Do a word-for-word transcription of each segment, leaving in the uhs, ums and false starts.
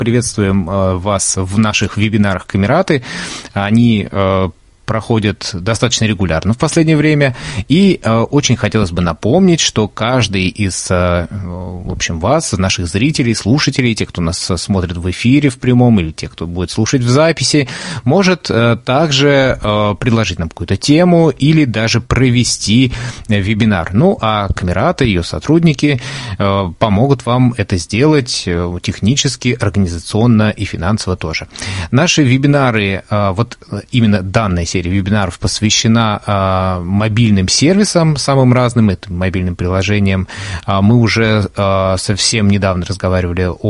приветствуем вас в наших вебинарах «Камераты». Они проходят достаточно регулярно в последнее время, и э, очень хотелось бы напомнить, что каждый из, э, в общем, вас, наших зрителей, слушателей, тех, кто нас смотрит в эфире в прямом, или тех, кто будет слушать в записи, может э, также э, предложить нам какую-то тему или даже провести вебинар. Ну, а Камерата, ее сотрудники э, помогут вам это сделать э, технически, организационно и финансово тоже. Наши вебинары, э, вот именно данная серия вебинаров посвящена а, мобильным сервисам, самым разным, это мобильным приложениям. А, мы уже а, совсем недавно разговаривали о,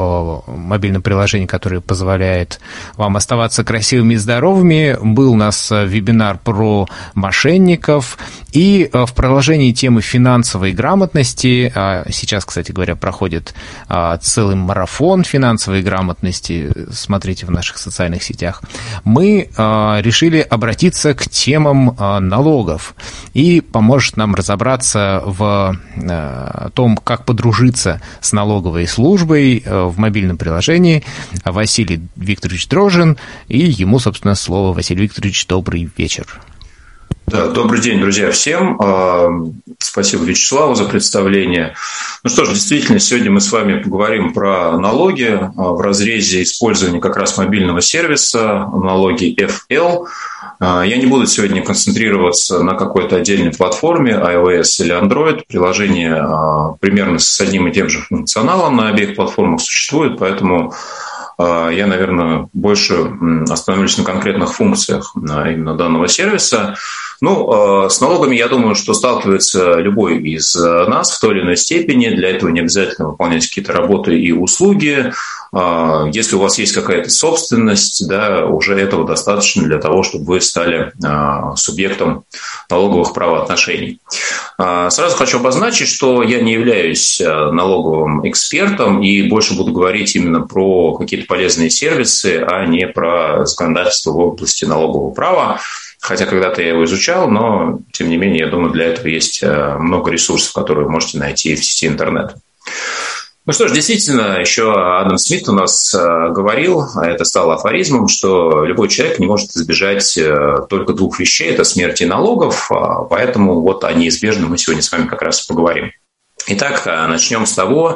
о мобильном приложении, которое позволяет вам оставаться красивыми и здоровыми. Был у нас вебинар про мошенников. И а, в продолжении темы финансовой грамотности, а, сейчас, кстати говоря, проходит а, целый марафон финансовой грамотности, смотрите в наших социальных сетях, мы а, решили обратиться обратиться к темам налогов и поможет нам разобраться в том, как подружиться с налоговой службой в мобильном приложении Василий Викторович Дрожжин, и ему, собственно, слово. Василий Викторович, добрый вечер. Да, добрый день, друзья, всем. Спасибо Вячеславу за представление. Ну что ж, действительно, сегодня мы с вами поговорим про налоги в разрезе использования как раз мобильного сервиса, налоги эф эл. Я не буду сегодня концентрироваться на какой-то отдельной платформе, iOS или Android. Приложение примерно с одним и тем же функционалом на обеих платформах существует, поэтому я, наверное, больше остановлюсь на конкретных функциях именно данного сервиса. Ну, с налогами, я думаю, что сталкивается любой из нас в той или иной степени. Для этого не обязательно выполнять какие-то работы и услуги. Если у вас есть какая-то собственность, да, уже этого достаточно для того, чтобы вы стали субъектом налоговых правоотношений. Сразу хочу обозначить, что я не являюсь налоговым экспертом и больше буду говорить именно про какие-то полезные сервисы, а не про законодательство в области налогового права. Хотя когда-то я его изучал, но, тем не менее, я думаю, для этого есть много ресурсов, которые вы можете найти в сети интернет. Ну что ж, действительно, еще Адам Смит у нас говорил, а это стало афоризмом, что любой человек не может избежать только двух вещей – это смерти и налогов, поэтому вот о неизбежном мы сегодня с вами как раз поговорим. Итак, начнем с того,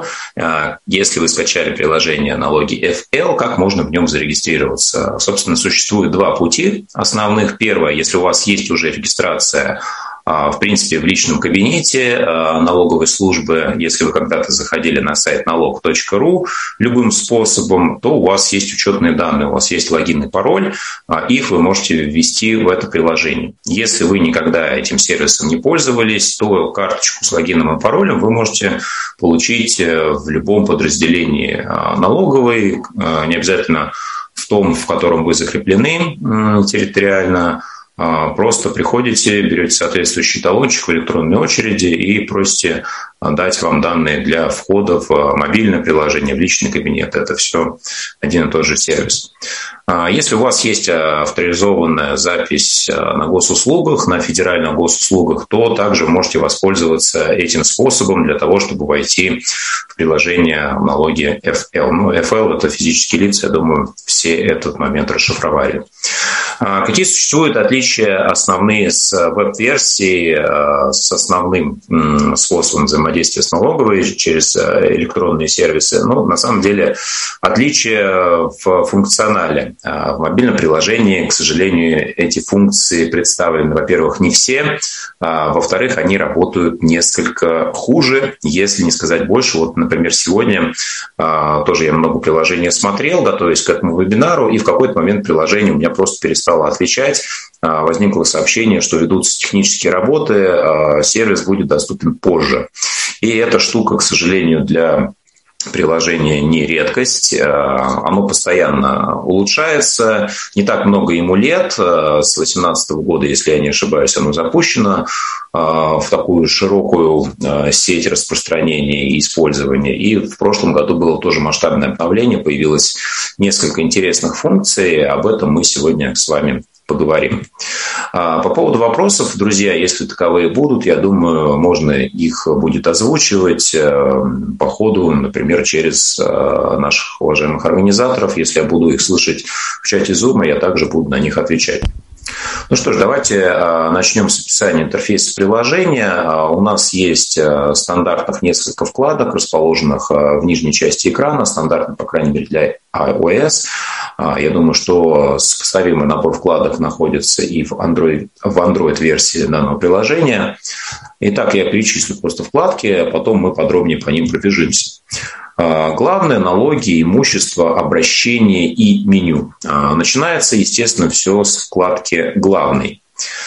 если вы скачали приложение «Налоги эф эл», как можно в нем зарегистрироваться. Собственно, существует два пути основных. Первое, если у вас есть уже регистрация, в принципе, в личном кабинете налоговой службы, если вы когда-то заходили на сайт налог точка ру любым способом, то у вас есть учетные данные, у вас есть логин и пароль, их вы можете ввести в это приложение. Если вы никогда этим сервисом не пользовались, то карточку с логином и паролем вы можете получить в любом подразделении налоговой, не обязательно в том, в котором вы закреплены территориально. Просто приходите, берете соответствующий талончик в электронной очереди и просите дать вам данные для входа в мобильное приложение, в личный кабинет. Это все один и тот же сервис. Если у вас есть авторизованная запись на госуслугах, на федеральных госуслугах, то также можете воспользоваться этим способом для того, чтобы войти в приложение налоги эф эл. Ну, эф эл – это физические лица, я думаю, все этот момент расшифровали. Какие существуют отличия основные с веб-версией, с основным способом взаимодействия с налоговой через электронные сервисы? Ну, на самом деле, отличия в функционале. В мобильном приложении, к сожалению, эти функции представлены, во-первых, не все, а во-вторых, они работают несколько хуже, если не сказать больше. Вот, например, сегодня тоже я много приложений смотрел, готовясь к этому вебинару, и в какой-то момент приложение у меня просто перестало отвечать. Возникло сообщение, что ведутся технические работы, сервис будет доступен позже. И эта штука, к сожалению, для приложение не редкость, оно постоянно улучшается, не так много ему лет, с две тысячи восемнадцатого года, если я не ошибаюсь, оно запущено в такую широкую сеть распространения и использования. И в прошлом году было тоже масштабное обновление, появилось несколько интересных функций, об этом мы сегодня с вами поговорим. По поводу вопросов, друзья, если таковые будут, я думаю, можно их будет озвучивать по ходу, например, через наших уважаемых организаторов. Если я буду их слышать в чате Zoom, я также буду на них отвечать. Ну что ж, давайте начнем с описания интерфейса приложения. У нас есть стандартных несколько вкладок, расположенных в нижней части экрана, стандартно, по крайней мере, для iOS. Я думаю, что сопоставимый набор вкладок находится и в Android, в Android-версии данного приложения. Итак, я перечислю просто вкладки, а потом мы подробнее по ним пробежимся. Главное – налоги, имущество, обращение и меню. Начинается, естественно, все с вкладки «Главный».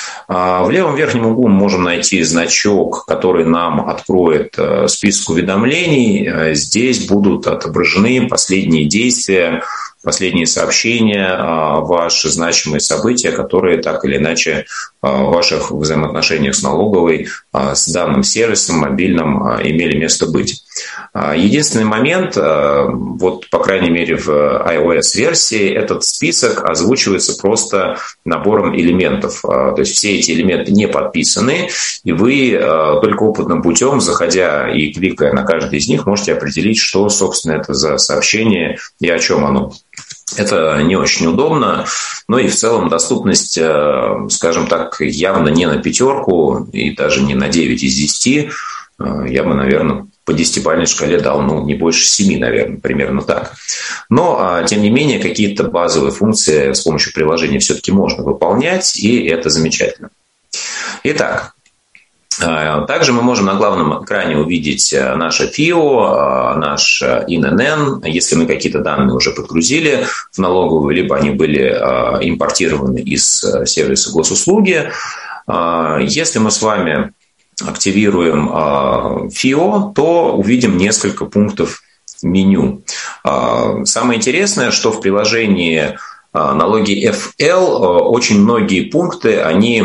В левом верхнем углу мы можем найти значок, который нам откроет список уведомлений. Здесь будут отображены последние действия, последние сообщения, ваши значимые события, которые так или иначе в ваших взаимоотношениях с налоговой, с данным сервисом мобильным имели место быть. Единственный момент, вот по крайней мере в iOS-версии, этот список озвучивается просто набором элементов. То есть все эти элементы не подписаны, и вы только опытным путем, заходя и кликая на каждый из них, можете определить, что, собственно, это за сообщение и о чем оно. Это не очень удобно, но и в целом доступность, скажем так, явно не на пятерку и даже не на девять из десяти. Я бы, наверное, по десятибалльной шкале дал, ну, не больше семи, наверное, примерно так. Но, тем не менее, какие-то базовые функции с помощью приложения все-таки можно выполнять, и это замечательно. Итак, также мы можем на главном экране увидеть наше ФИО, наш ин эн эн, если мы какие-то данные уже подгрузили в налоговую, либо они были импортированы из сервиса госуслуги. Если мы с вами активируем ФИО, то увидим несколько пунктов меню. Самое интересное, что в приложении налоги эф эл очень многие пункты они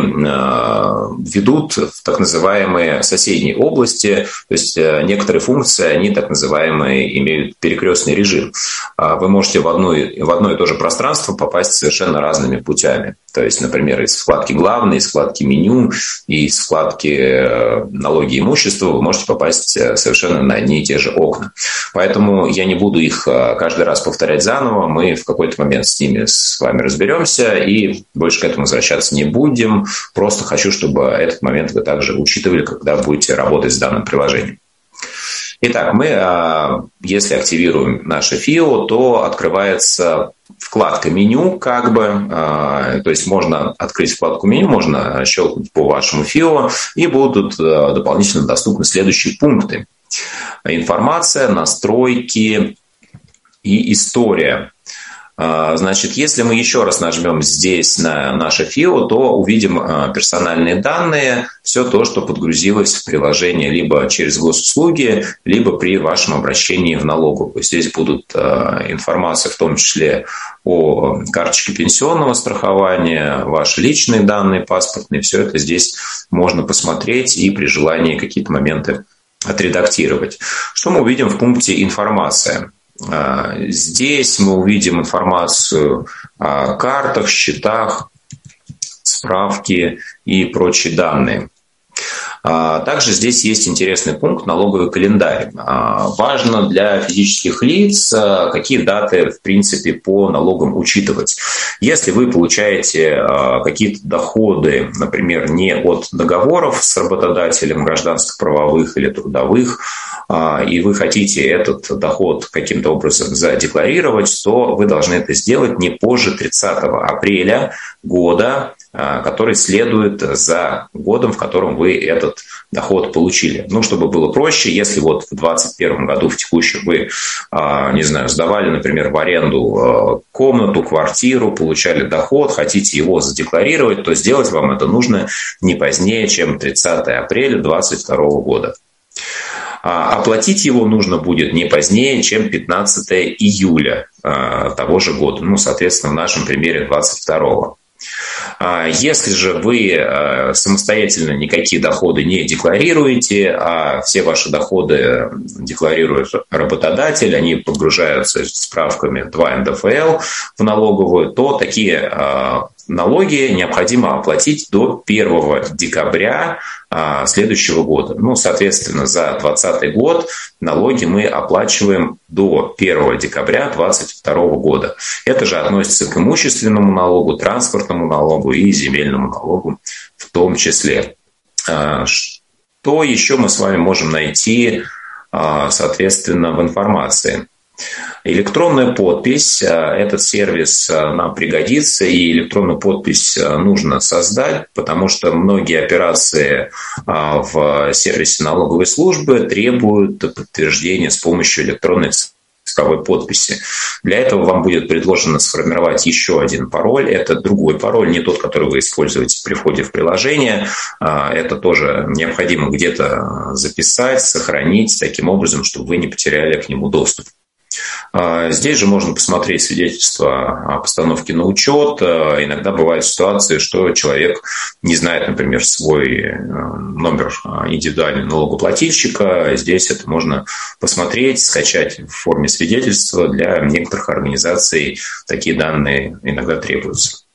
ведут в так называемые соседние области, то есть некоторые функции они так называемые имеют перекрестный режим. Вы можете в, одной, в одно и то же пространство попасть совершенно разными путями. То есть, например, из вкладки «Главный», из вкладки «Меню» и из вкладки «Налоги и имущество» вы можете попасть совершенно на одни и те же окна. Поэтому я не буду их каждый раз повторять заново. Мы в какой-то момент с ними с вами разберемся и больше к этому возвращаться не будем. Просто хочу, чтобы этот момент вы также учитывали, когда будете работать с данным приложением. Итак, мы, если активируем наше ФИО, то открывается вкладка «Меню», как бы, то есть можно открыть вкладку «Меню», можно щелкнуть по вашему ФИО, и будут дополнительно доступны следующие пункты. Информация, настройки и история. Значит, если мы еще раз нажмем здесь на наше ФИО, то увидим персональные данные, все то, что подгрузилось в приложение либо через госуслуги, либо при вашем обращении в налоговую. Здесь будут информация в том числе о карточке пенсионного страхования, ваши личные данные, паспортные, все это здесь можно посмотреть и при желании какие-то моменты отредактировать. Что мы увидим в пункте «Информация»? Здесь мы увидим информацию о картах, счетах, справки и прочие данные. Также здесь есть интересный пункт «Налоговый календарь». Важно для физических лиц, какие даты, в принципе, по налогам учитывать. Если вы получаете какие-то доходы, например, не от договоров с работодателем гражданско-правовых или трудовых, и вы хотите этот доход каким-то образом задекларировать, то вы должны это сделать не позже тридцатого апреля года, который следует за годом, в котором вы этот доход получили. Ну, чтобы было проще, если вот в двадцать первом году, в текущем, вы, не знаю, сдавали, например, в аренду комнату, квартиру, получали доход, хотите его задекларировать, то сделать вам это нужно не позднее, чем тридцатого апреля двадцать второго года. Оплатить его нужно будет не позднее, чем пятнадцатого июля того же года. Ну, соответственно, в нашем примере двадцать второго. Если же вы самостоятельно никакие доходы не декларируете, а все ваши доходы декларирует работодатель, они погружаются справками два эн дэ эф эл в налоговую, то такие налоги необходимо оплатить до первого декабря следующего года. Ну, соответственно, за двадцатый год налоги мы оплачиваем до первого декабря двадцать второго года. Это же относится к имущественному налогу, транспортному налогу и земельному налогу в том числе. Что еще мы с вами можем найти, соответственно, в информации? Электронная подпись. Этот сервис нам пригодится, и электронную подпись нужно создать, потому что многие операции в сервисе налоговой службы требуют подтверждения с помощью электронной цифровой подписи. Для этого вам будет предложено сформировать еще один пароль. Это другой пароль, не тот, который вы используете при входе в приложение. Это тоже необходимо где-то записать, сохранить таким образом, чтобы вы не потеряли к нему доступ. Здесь же можно посмотреть свидетельство о постановке на учет. Иногда бывают ситуации, что человек не знает, например, свой номер индивидуального налогоплательщика. Здесь это можно посмотреть, скачать в форме свидетельства. Для некоторых организаций такие данные иногда требуются.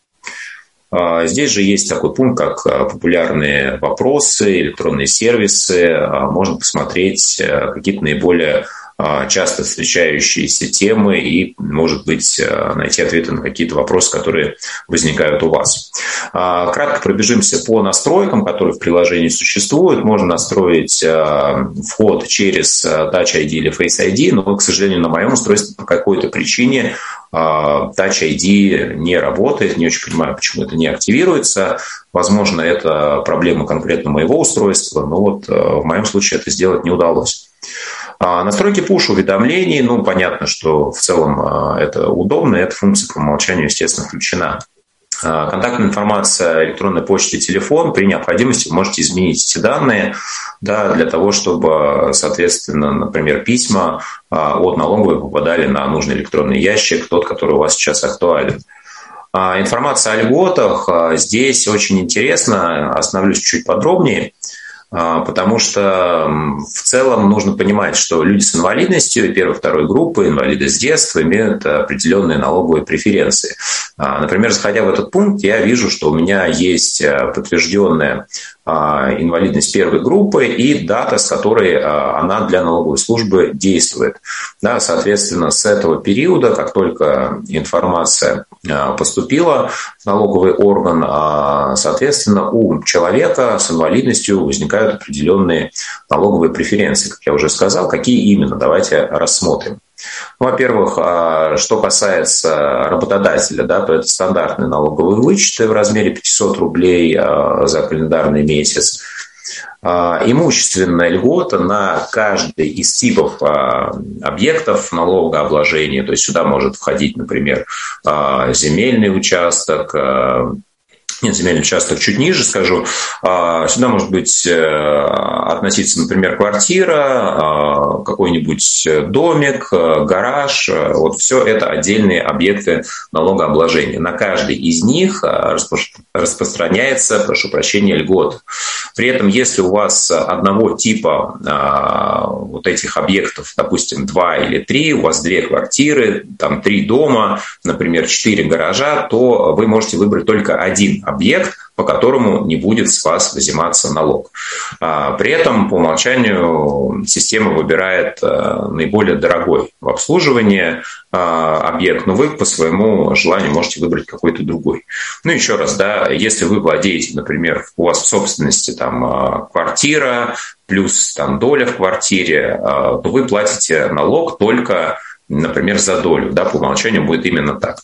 Здесь же есть такой пункт, как популярные вопросы, электронные сервисы. Можно посмотреть какие-то наиболее часто встречающиеся темы и, может быть, найти ответы на какие-то вопросы, которые возникают у вас. Кратко пробежимся по настройкам, которые в приложении существуют. Можно настроить вход через Touch ай ди или Face ай ди, но, к сожалению, на моем устройстве по какой-то причине Touch ай ди не работает. Не очень понимаю, почему это не активируется. Возможно, это проблема конкретно моего устройства, но вот в моем случае это сделать не удалось. Настройки push-уведомлений, ну, понятно, что в целом это удобно, и эта функция по умолчанию, естественно, включена. Контактная информация, электронная почта и телефон. При необходимости вы можете изменить эти данные, да, для того, чтобы, соответственно, например, письма от налоговой попадали на нужный электронный ящик, тот, который у вас сейчас актуален. Информация о льготах. Здесь очень интересно, остановлюсь чуть подробнее. Потому что в целом нужно понимать, что люди с инвалидностью первой и второй группы, инвалиды с детства, имеют определенные налоговые преференции. Например, заходя в этот пункт, я вижу, что у меня есть подтвержденная инвалидность первой группы и дата, с которой она для налоговой службы действует. Да, соответственно, с этого периода, как только информация поступила в налоговый орган, соответственно, у человека с инвалидностью возникают определенные налоговые преференции. Как я уже сказал, какие именно? Давайте рассмотрим. Во-первых, что касается работодателя, да, то это стандартные налоговые вычеты в размере пятьсот рублей за календарный месяц. Имущественная льгота на каждый из типов объектов налогообложения. То есть сюда может входить, например, земельный участок. Нет, земельный участок чуть ниже, скажу. Сюда может быть относиться, например, квартира, какой-нибудь домик, гараж. Вот все это отдельные объекты налогообложения. На каждый из них распространяется, прошу прощения, льгота. При этом, если у вас одного типа вот этих объектов, допустим, два или три, у вас две квартиры, там три дома, например, четыре гаража, то вы можете выбрать только один объект, по которому не будет с вас взиматься налог. При этом по умолчанию система выбирает наиболее дорогой в обслуживании объект, но вы по своему желанию можете выбрать какой-то другой. Ну, еще раз, да, если вы владеете, например, у вас в собственности там квартира плюс там доля в квартире, то вы платите налог только, например, за долю, да, по умолчанию будет именно так.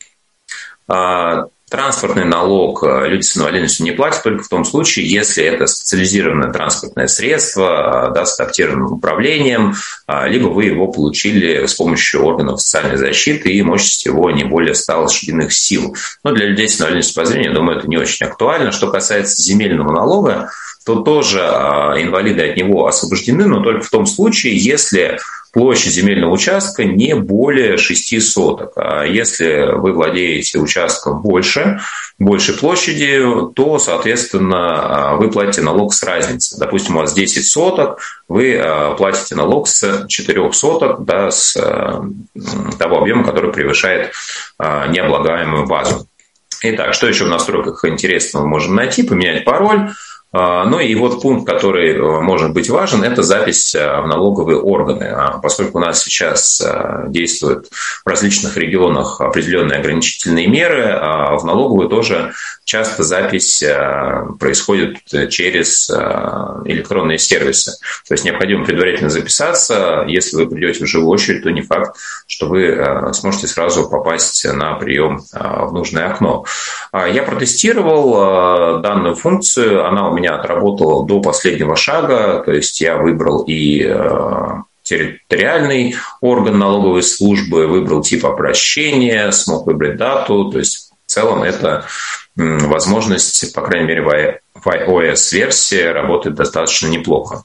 Транспортный налог люди с инвалидностью не платят только в том случае, если это специализированное транспортное средство, да, с адаптированным управлением, либо вы его получили с помощью органов социальной защиты и мощность его не более ста лошадиных сил. Но для людей с инвалидностью по зрению, я думаю, это не очень актуально. Что касается земельного налога, то тоже инвалиды от него освобождены, но только в том случае, если площадь земельного участка не более шести соток. А если вы владеете участком больше, большей площади, то, соответственно, вы платите налог с разницы. Допустим, у вас десять соток, вы платите налог с четырёх соток, да, с того объема, который превышает необлагаемую базу. Итак, что еще в настройках интересного мы можем найти? Поменять пароль. Ну и вот пункт, который может быть важен, это запись в налоговые органы. Поскольку у нас сейчас действуют в различных регионах определенные ограничительные меры, в налоговую тоже часто запись происходит через электронные сервисы. То есть необходимо предварительно записаться. Если вы придете в живую очередь, то не факт, что вы сможете сразу попасть на прием в нужное окно. Я протестировал данную функцию, она у меня отработала до последнего шага, то есть я выбрал и территориальный орган налоговой службы, выбрал тип обращения, смог выбрать дату, то есть в целом это возможность, по крайней мере, в iOS-версии работает достаточно неплохо.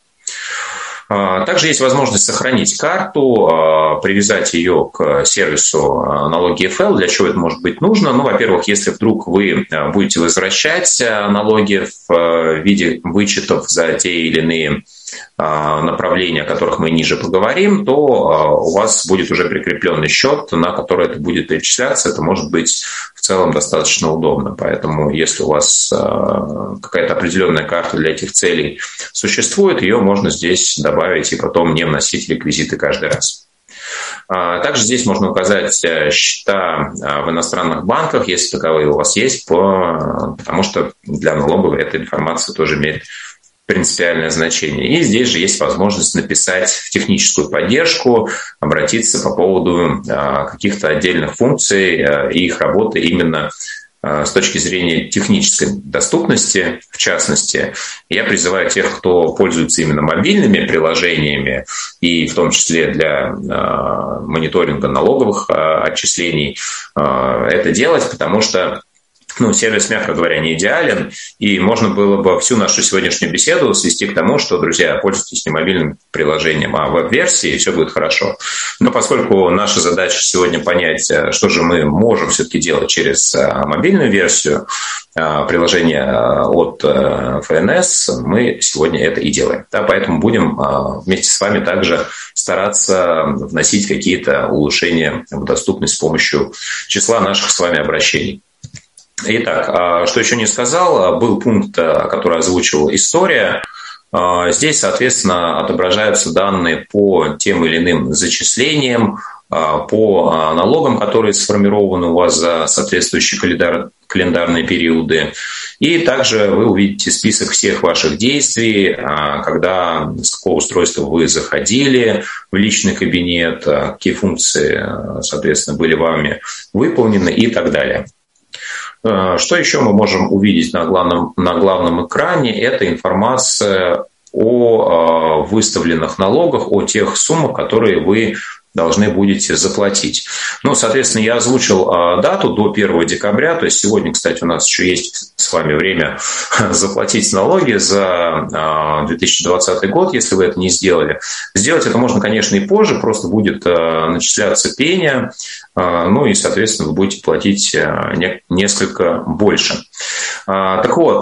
Также есть возможность сохранить карту, привязать ее к сервису налоги.фл. Для чего это может быть нужно? Ну, во-первых, если вдруг вы будете возвращать налоги в виде вычетов за те или иные направления, о которых мы ниже поговорим, то у вас будет уже прикрепленный счет, на который это будет перечисляться. Это может быть в целом достаточно удобно. Поэтому, если у вас какая-то определенная карта для этих целей существует, ее можно здесь добавить и потом не вносить реквизиты каждый раз. Также здесь можно указать счета в иностранных банках, если таковые у вас есть, потому что для налоговой эта информация тоже имеет принципиальное значение. И здесь же есть возможность написать в техническую поддержку, обратиться по поводу каких-то отдельных функций и их работы именно с точки зрения технической доступности, в частности. Я призываю тех, кто пользуется именно мобильными приложениями, и в том числе для мониторинга налоговых отчислений, это делать, потому что Ну, сервис, мягко говоря, не идеален, и можно было бы всю нашу сегодняшнюю беседу свести к тому, что, друзья, пользуйтесь не мобильным приложением, а веб-версией, и все будет хорошо. Но поскольку наша задача сегодня понять, что же мы можем все-таки делать через мобильную версию приложения от эф эн эс, мы сегодня это и делаем. Да, поэтому будем вместе с вами также стараться вносить какие-то улучшения в доступность с помощью числа наших с вами обращений. Итак, что еще не сказал, был пункт, который озвучивал история. Здесь, соответственно, отображаются данные по тем или иным зачислениям, по налогам, которые сформированы у вас за соответствующие календар, календарные периоды. И также вы увидите список всех ваших действий, когда, с какого устройства вы заходили в личный кабинет, какие функции, соответственно, были вами выполнены и так далее. Что еще мы можем увидеть на главном, на главном экране? Это информация о выставленных налогах, о тех суммах, которые вы должны будете заплатить. Ну, соответственно, я озвучил дату до первого декабря, то есть сегодня, кстати, у нас еще есть с вами время заплатить налоги за две тысячи двадцатый год, если вы это не сделали. Сделать это можно, конечно, и позже, просто будет начисляться пеня, ну и, соответственно, вы будете платить несколько больше. Так вот,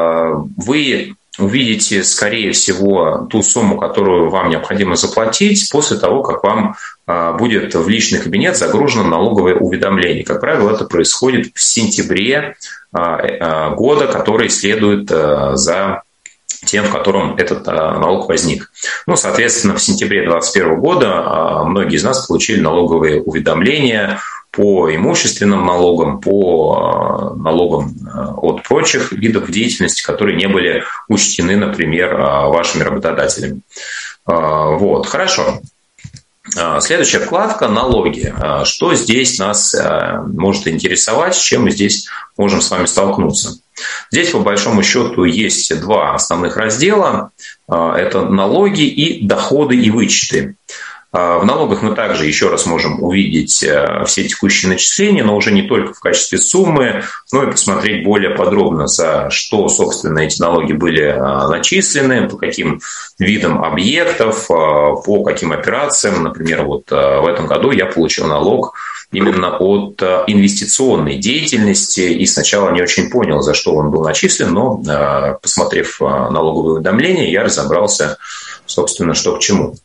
вы увидите, скорее всего, ту сумму, которую вам необходимо заплатить после того, как вам будет в личный кабинет загружено налоговое уведомление. Как правило, это происходит в сентябре года, который следует за тем, в котором этот налог возник. Ну, соответственно, в сентябре две тысячи двадцать первого года многие из нас получили налоговые уведомления по имущественным налогам, по налогам от прочих видов деятельности, которые не были учтены, например, вашими работодателями. Вот, хорошо. Следующая вкладка – налоги. Что здесь нас может интересовать, с чем мы здесь можем с вами столкнуться? Здесь, по большому счету, есть два основных раздела. Это налоги и доходы и вычеты. В налогах мы также еще раз можем увидеть все текущие начисления, но уже не только в качестве суммы, но и посмотреть более подробно, за что, собственно, эти налоги были начислены, по каким видам объектов, по каким операциям. Например, вот в этом году я получил налог именно от инвестиционной деятельности, и сначала не очень понял, за что он был начислен, но, посмотрев налоговые уведомления, я разобрался, собственно, что к чему.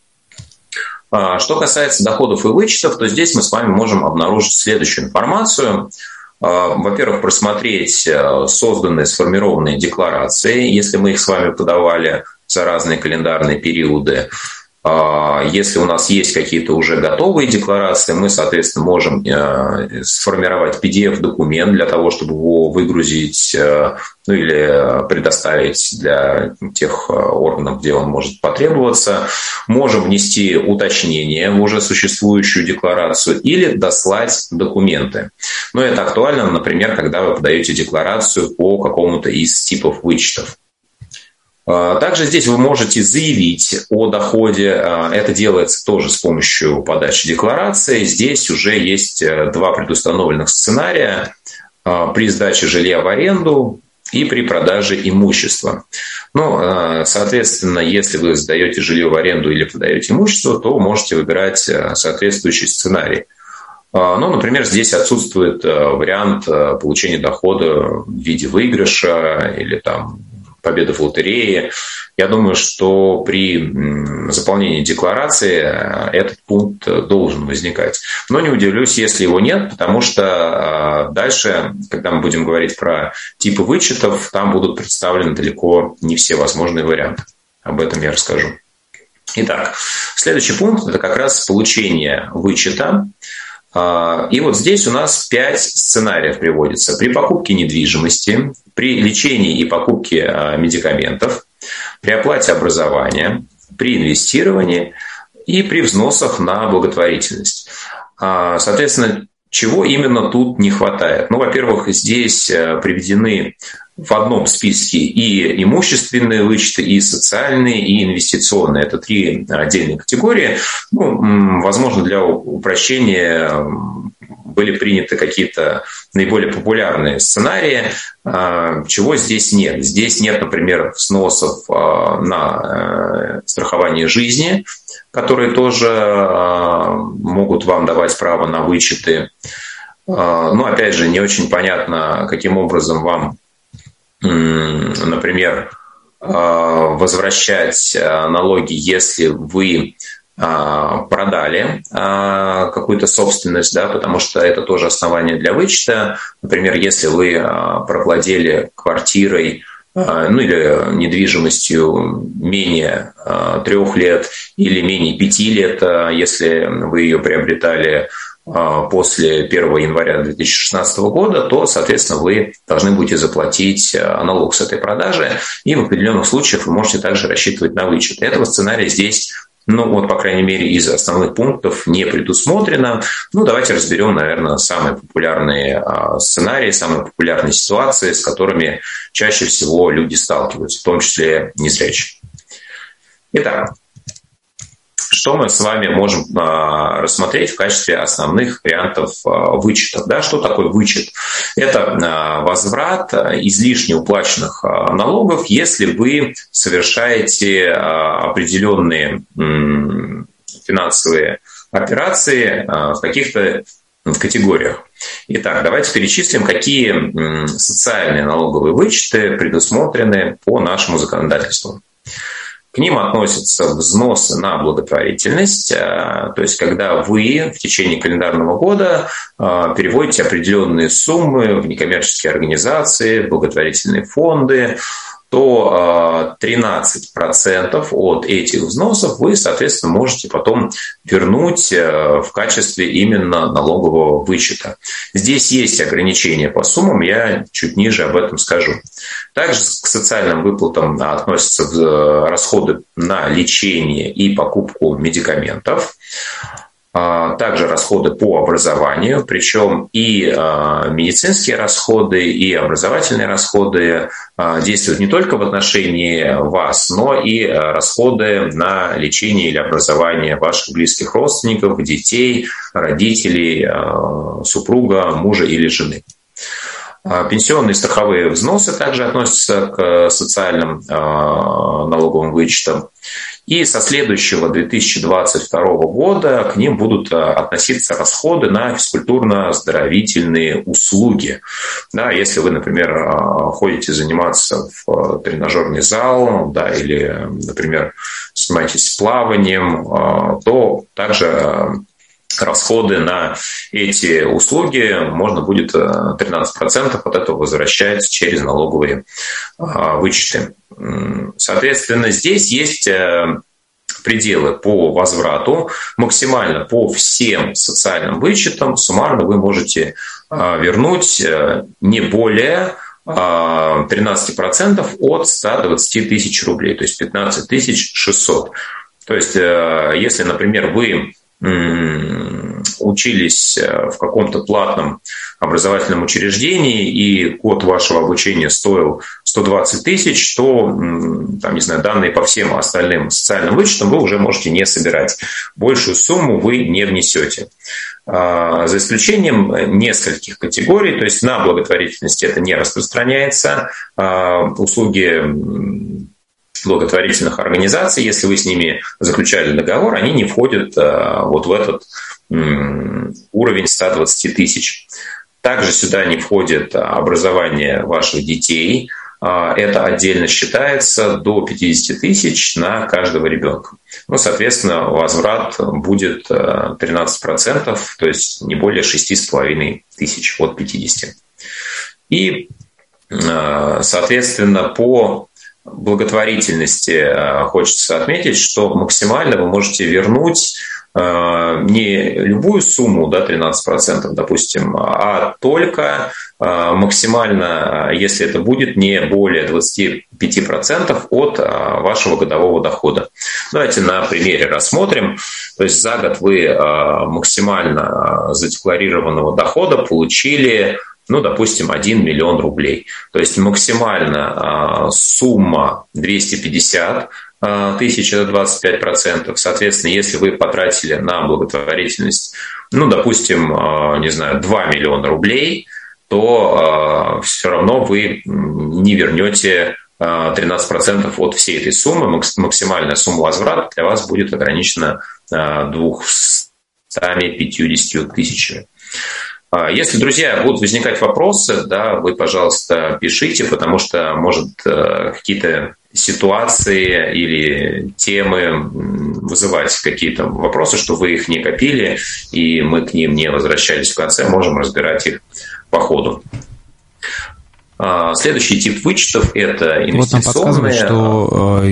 Что касается доходов и вычетов, то здесь мы с вами можем обнаружить следующую информацию. во-первых, просмотреть созданные, сформированные декларации, если мы их с вами подавали за разные календарные периоды. Если у нас есть какие-то уже готовые декларации, мы, соответственно, можем сформировать пи ди эф-документ для того, чтобы его выгрузить, ну, или предоставить для тех органов, где он может потребоваться. Можем внести уточнение в уже существующую декларацию или дослать документы. Но это актуально, например, когда вы подаете декларацию по какому-то из типов вычетов. Также здесь вы можете заявить о доходе. Это делается тоже с помощью подачи декларации. Здесь уже есть два предустановленных сценария при сдаче жилья в аренду и при продаже имущества. Ну, соответственно, если вы сдаете жилье в аренду или продаете имущество, то можете выбирать соответствующий сценарий. Ну, например, здесь отсутствует вариант получения дохода в виде выигрыша или там победы в лотерее. Я думаю, что при заполнении декларации этот пункт должен возникать. Но не удивлюсь, если его нет, потому что дальше, когда мы будем говорить про типы вычетов, там будут представлены далеко не все возможные варианты. Об этом я расскажу. Итак, следующий пункт – это как раз получение вычета. И вот здесь у нас пять сценариев приводится. При покупке недвижимости, при лечении и покупке медикаментов, при оплате образования, при инвестировании и при взносах на благотворительность. Соответственно, чего именно тут не хватает? Ну, во-первых, здесь приведены в одном списке и имущественные вычеты, и социальные, и инвестиционные. Это три отдельные категории. Ну, возможно, для упрощения были приняты какие-то наиболее популярные сценарии, чего здесь нет. Здесь нет, например, взносов на страхование жизни, которые тоже могут вам давать право на вычеты. Но, опять же, не очень понятно, каким образом вам, например, возвращать налоги, если вы продали какую-то собственность, да, потому что это тоже основание для вычета. Например, если вы провладели квартирой, ну или недвижимостью менее трех лет или менее пяти лет, если вы ее приобретали после первого января две тысячи шестнадцатого года, то, соответственно, вы должны будете заплатить налог с этой продажи, и в определенных случаях вы можете также рассчитывать на вычет. Этого сценария здесь, ну вот, по крайней мере, из основных пунктов не предусмотрено. Ну, давайте разберем, наверное, самые популярные сценарии, самые популярные ситуации, с которыми чаще всего люди сталкиваются, в том числе незрячие. Итак, что мы с вами можем рассмотреть в качестве основных вариантов вычетов? Да, что такое вычет? Это возврат излишне уплаченных налогов, если вы совершаете определенные финансовые операции в каких-то в категориях. Итак, давайте перечислим, какие социальные налоговые вычеты предусмотрены по нашему законодательству. К ним относятся взносы на благотворительность, то есть когда вы в течение календарного года переводите определенные суммы в некоммерческие организации, в благотворительные фонды, то тринадцать процентов от этих взносов вы, соответственно, можете потом вернуть в качестве именно налогового вычета. Здесь есть ограничения по суммам, я чуть ниже об этом скажу. Также к социальным выплатам относятся расходы на лечение и покупку медикаментов. Также расходы по образованию, причем и медицинские расходы, и образовательные расходы действуют не только в отношении вас, но и расходы на лечение или образование ваших близких родственников, детей, родителей, супруга, мужа или жены. Пенсионные и страховые взносы также относятся к социальным налоговым вычетам. И со следующего две тысячи двадцать второго года к ним будут относиться расходы на физкультурно-оздоровительные услуги. Да, если вы, например, ходите заниматься в тренажерный зал, да, или, например, занимаетесь плаванием, то также расходы на эти услуги можно будет тринадцать процентов от этого возвращать через налоговые вычеты. Соответственно, здесь есть пределы по возврату. Максимально по всем социальным вычетам суммарно вы можете вернуть не более тринадцать процентов от ста двадцати тысяч рублей, то есть пятнадцать тысяч шестьсот. То есть, если, например, вы учились в каком-то платном образовательном учреждении, и год вашего обучения стоил сто двадцать тысяч, то, там, не знаю, данные по всем остальным социальным вычетам вы уже можете не собирать. Большую сумму вы не внесете. За исключением нескольких категорий, то есть на благотворительности это не распространяется. Услуги благотворительных организаций, если вы с ними заключали договор, они не входят вот в этот уровень ста двадцати тысяч. Также сюда не входит образование ваших детей. Это отдельно считается до пятидесяти тысяч на каждого ребенка. Ну, соответственно, возврат будет тринадцать процентов, то есть не более шести с половиной тысяч от пятидесяти. И, соответственно, по благотворительности хочется отметить, что максимально вы можете вернуть не любую сумму, да, тринадцать процентов, допустим, а только максимально, если это будет не более двадцати пяти процентов от вашего годового дохода. Давайте на примере рассмотрим. То есть за год вы максимально задекларированного дохода получили, ну, допустим, один миллион рублей. То есть максимально сумма двести пятьдесят тысяч, это двадцать пять процентов. Соответственно, если вы потратили на благотворительность, ну, допустим, не знаю, два миллиона рублей, то все равно вы не вернете тринадцать процентов от всей этой суммы. Максимальная сумма возврата для вас будет ограничена двумястами пятьюдесятью тысячами. Если, друзья, будут возникать вопросы, да, вы, пожалуйста, пишите, потому что, может, какие-то ситуации или темы вызывать какие-то вопросы, что вы их не копили, и мы к ним не возвращались в конце, можем разбирать их по ходу. Следующий тип вычетов – это инвестиционные. Вот нам подсказывают, что…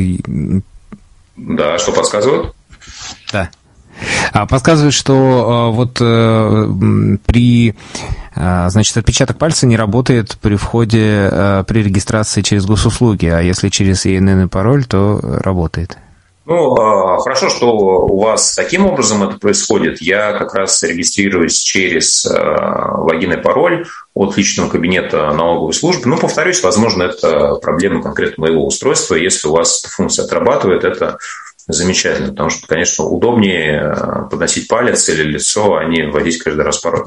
Да, что подсказывают? Да. Подсказывает, что вот при, значит, отпечаток пальца не работает при входе, при регистрации через госуслуги, а если через и эн эн и пароль, то работает. Ну, хорошо, что у вас таким образом это происходит. Я как раз регистрируюсь через логин и пароль от личного кабинета налоговой службы. Ну, повторюсь, возможно, это проблема конкретно моего устройства. Если у вас эта функция отрабатывает, это замечательно, потому что, конечно, удобнее подносить палец или лицо, а не вводить каждый раз пароль.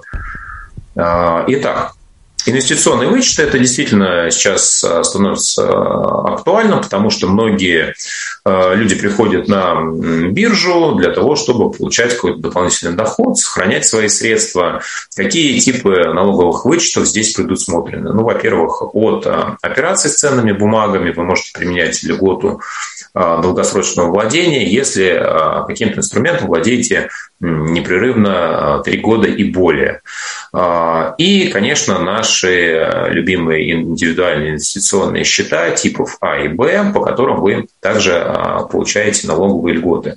Итак, инвестиционные вычеты – это действительно сейчас становится актуальным, потому что многие люди приходят на биржу для того, чтобы получать какой-то дополнительный доход, сохранять свои средства. Какие типы налоговых вычетов здесь предусмотрены? Ну, во-первых, от операций с ценными бумагами вы можете применять льготу долгосрочного владения, если каким-то инструментом владеете непрерывно три года и более. И, конечно, наши любимые индивидуальные инвестиционные счета типов А и Б, по которым вы также получаете налоговые льготы.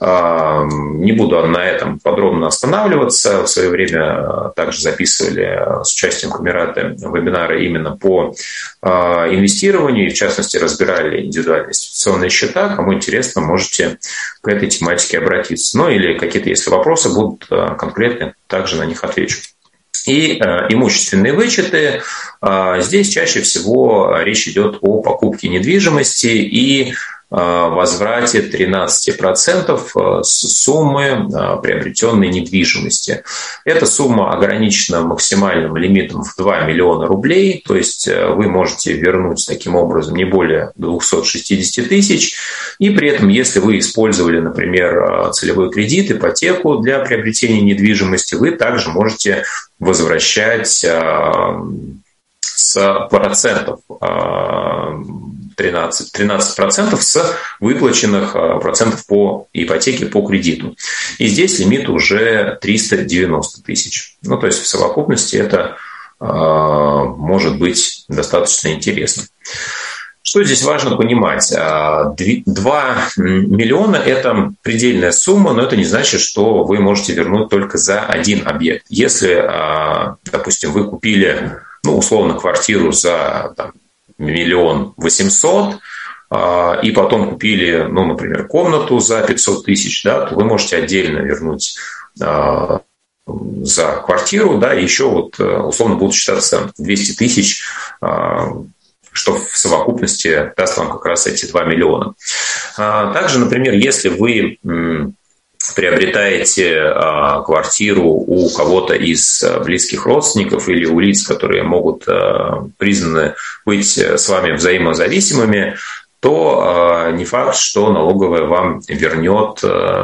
Не буду на этом подробно останавливаться. В свое время также записывали с участием Камерата вебинары именно по инвестированию, и в частности разбирали индивидуальные инвестиционные счета. Кому интересно, можете к этой тематике обратиться. Ну или какие-то, если вопросы будут конкретные, также на них отвечу. И э, имущественные вычеты. Э, здесь чаще всего речь идет о покупке недвижимости и э, возврате тринадцати процентов с суммы э, приобретенной недвижимости. Эта сумма ограничена максимальным лимитом в два миллиона рублей, то есть э, вы можете вернуть таким образом не более двухсот шестидесяти тысяч. И при этом, если вы использовали, например, целевой кредит, ипотеку для приобретения недвижимости, вы также можете возвращать с процентов тринадцать, тринадцать процентов с выплаченных процентов по ипотеке по кредиту. И здесь лимит уже триста девяносто тысяч. Ну, то есть в совокупности это может быть достаточно интересно. Что здесь важно понимать? два миллиона – это предельная сумма, но это не значит, что вы можете вернуть только за один объект. Если, допустим, вы купили, ну, условно, квартиру за там, миллион восемьсот, и потом купили, ну, например, комнату за пятьсот тысяч, да, то вы можете отдельно вернуть за квартиру, да, и еще вот условно будут считаться двести тысяч, что в совокупности даст вам как раз эти два миллиона. Также, например, если вы приобретаете квартиру у кого-то из близких родственников или у лиц, которые могут признаны быть с вами взаимозависимыми, то не факт, что налоговая вам вернет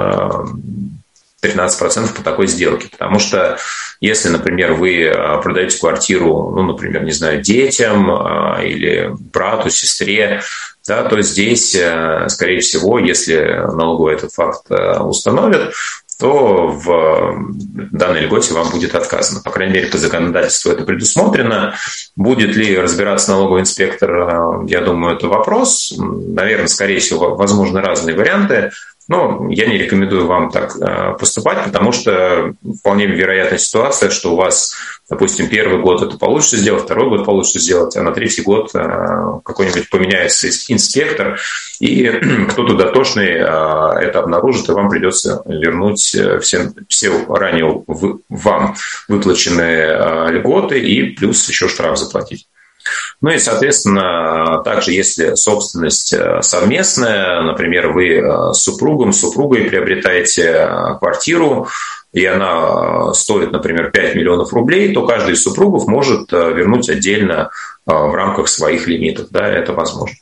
тринадцать процентов по такой сделке. Потому что если, например, вы продаете квартиру, ну, например, не знаю, детям или брату, сестре, да, то здесь, скорее всего, если налоговая этот факт установит, то в данной льготе вам будет отказано. По крайней мере, по законодательству это предусмотрено. Будет ли разбираться налоговый инспектор, я думаю, это вопрос. Наверное, скорее всего, возможны разные варианты. Но я не рекомендую вам так поступать, потому что вполне вероятная ситуация, что у вас, допустим, первый год это получится сделать, второй год получится сделать, а на третий год какой-нибудь поменяется инспектор, и кто-то дотошный это обнаружит, и вам придется вернуть все, все ранее вам выплаченные льготы и плюс еще штраф заплатить. Ну и, соответственно, также если собственность совместная, например, вы с супругом, с супругой приобретаете квартиру, и она стоит, например, пять миллионов рублей, то каждый из супругов может вернуть отдельно в рамках своих лимитов. Да, это возможно.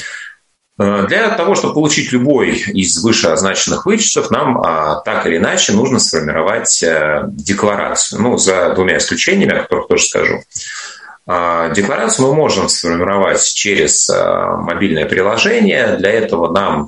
Для того, чтобы получить любой из вышеозначенных вычетов, нам так или иначе нужно сформировать декларацию. Ну, за двумя исключениями, о которых тоже скажу. Декларацию мы можем сформировать через мобильное приложение. Для этого нам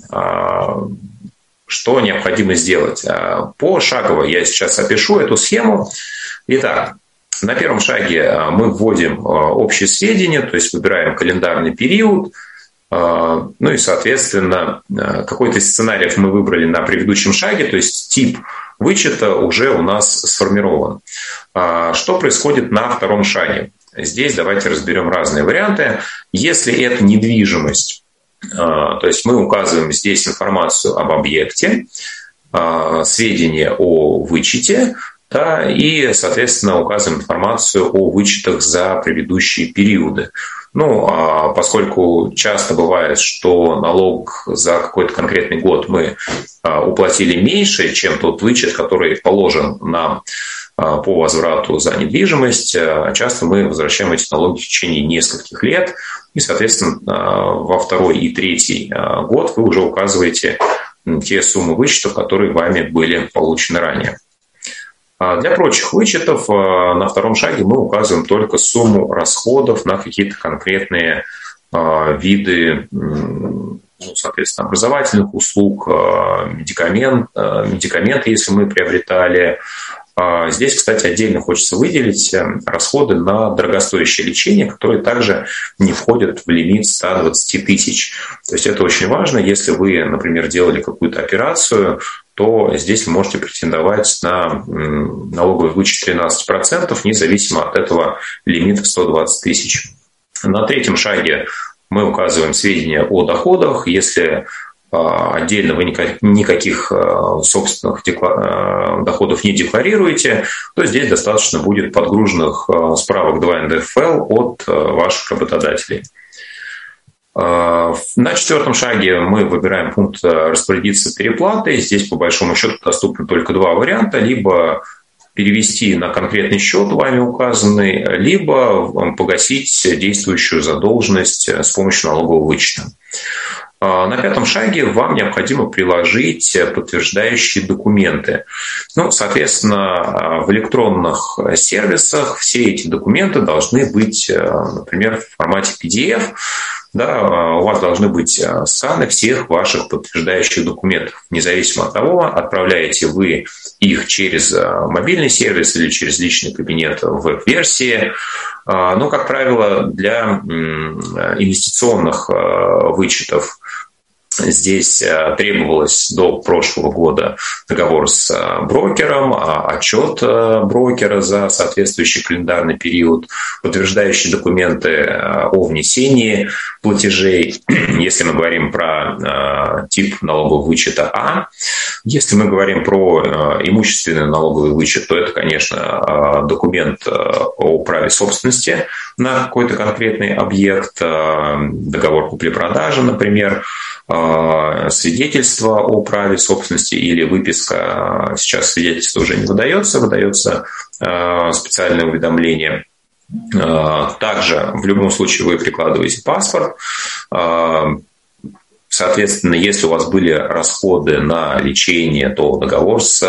что необходимо сделать? Пошагово я сейчас опишу эту схему. Итак, на первом шаге мы вводим общие сведения, то есть выбираем календарный период. Ну и, соответственно, какой-то из сценариев мы выбрали на предыдущем шаге, то есть тип вычета уже у нас сформирован. Что происходит на втором шаге? Здесь давайте разберем разные варианты. Если это недвижимость, то есть мы указываем здесь информацию об объекте, сведения о вычете, да, и, соответственно, указываем информацию о вычетах за предыдущие периоды. Ну, поскольку часто бывает, что налог за какой-то конкретный год мы уплатили меньше, чем тот вычет, который положен нам по возврату за недвижимость, часто мы возвращаем эти налоги в течение нескольких лет. И, соответственно, во второй и третий год вы уже указываете те суммы вычетов, которые вами были получены ранее. Для прочих вычетов на втором шаге мы указываем только сумму расходов на какие-то конкретные виды, ну, соответственно, образовательных услуг, медикамент, медикаменты, если мы приобретали. Здесь, кстати, отдельно хочется выделить расходы на дорогостоящее лечение, которые также не входят в лимит ста двадцати тысяч. То есть это очень важно. Если вы, например, делали какую-то операцию, то здесь вы можете претендовать на налоговый вычет тринадцать процентов, независимо от этого лимита в сто двадцать тысяч. На третьем шаге мы указываем сведения о доходах. Если отдельно вы никаких собственных доходов не декларируете, то здесь достаточно будет подгруженных справок два эн дэ эф эл от ваших работодателей. На четвертом шаге мы выбираем пункт «Распорядиться переплатой». Здесь, по большому счету, доступны только два варианта. Либо перевести на конкретный счет, вами указанный, либо погасить действующую задолженность с помощью налогового вычета. На пятом шаге вам необходимо приложить подтверждающие документы. Ну, соответственно, в электронных сервисах все эти документы должны быть, например, в формате пи ди эф. да, у вас должны быть сканы всех ваших подтверждающих документов, независимо от того, отправляете вы их через мобильный сервис или через личный кабинет в веб-версии. Но, как правило, для инвестиционных вычетов здесь требовалось до прошлого года договор с брокером, отчет брокера за соответствующий календарный период, подтверждающие документы о внесении платежей, если мы говорим про тип налогового вычета А. Если мы говорим про имущественный налоговый вычет, то это, конечно, документ о праве собственности на какой-то конкретный объект, договор купли-продажи, например, свидетельство о праве собственности или выписка. Сейчас свидетельство уже не выдается, выдается специальное уведомление. Также в любом случае вы прикладываете паспорт. Соответственно, если у вас были расходы на лечение, то договор с,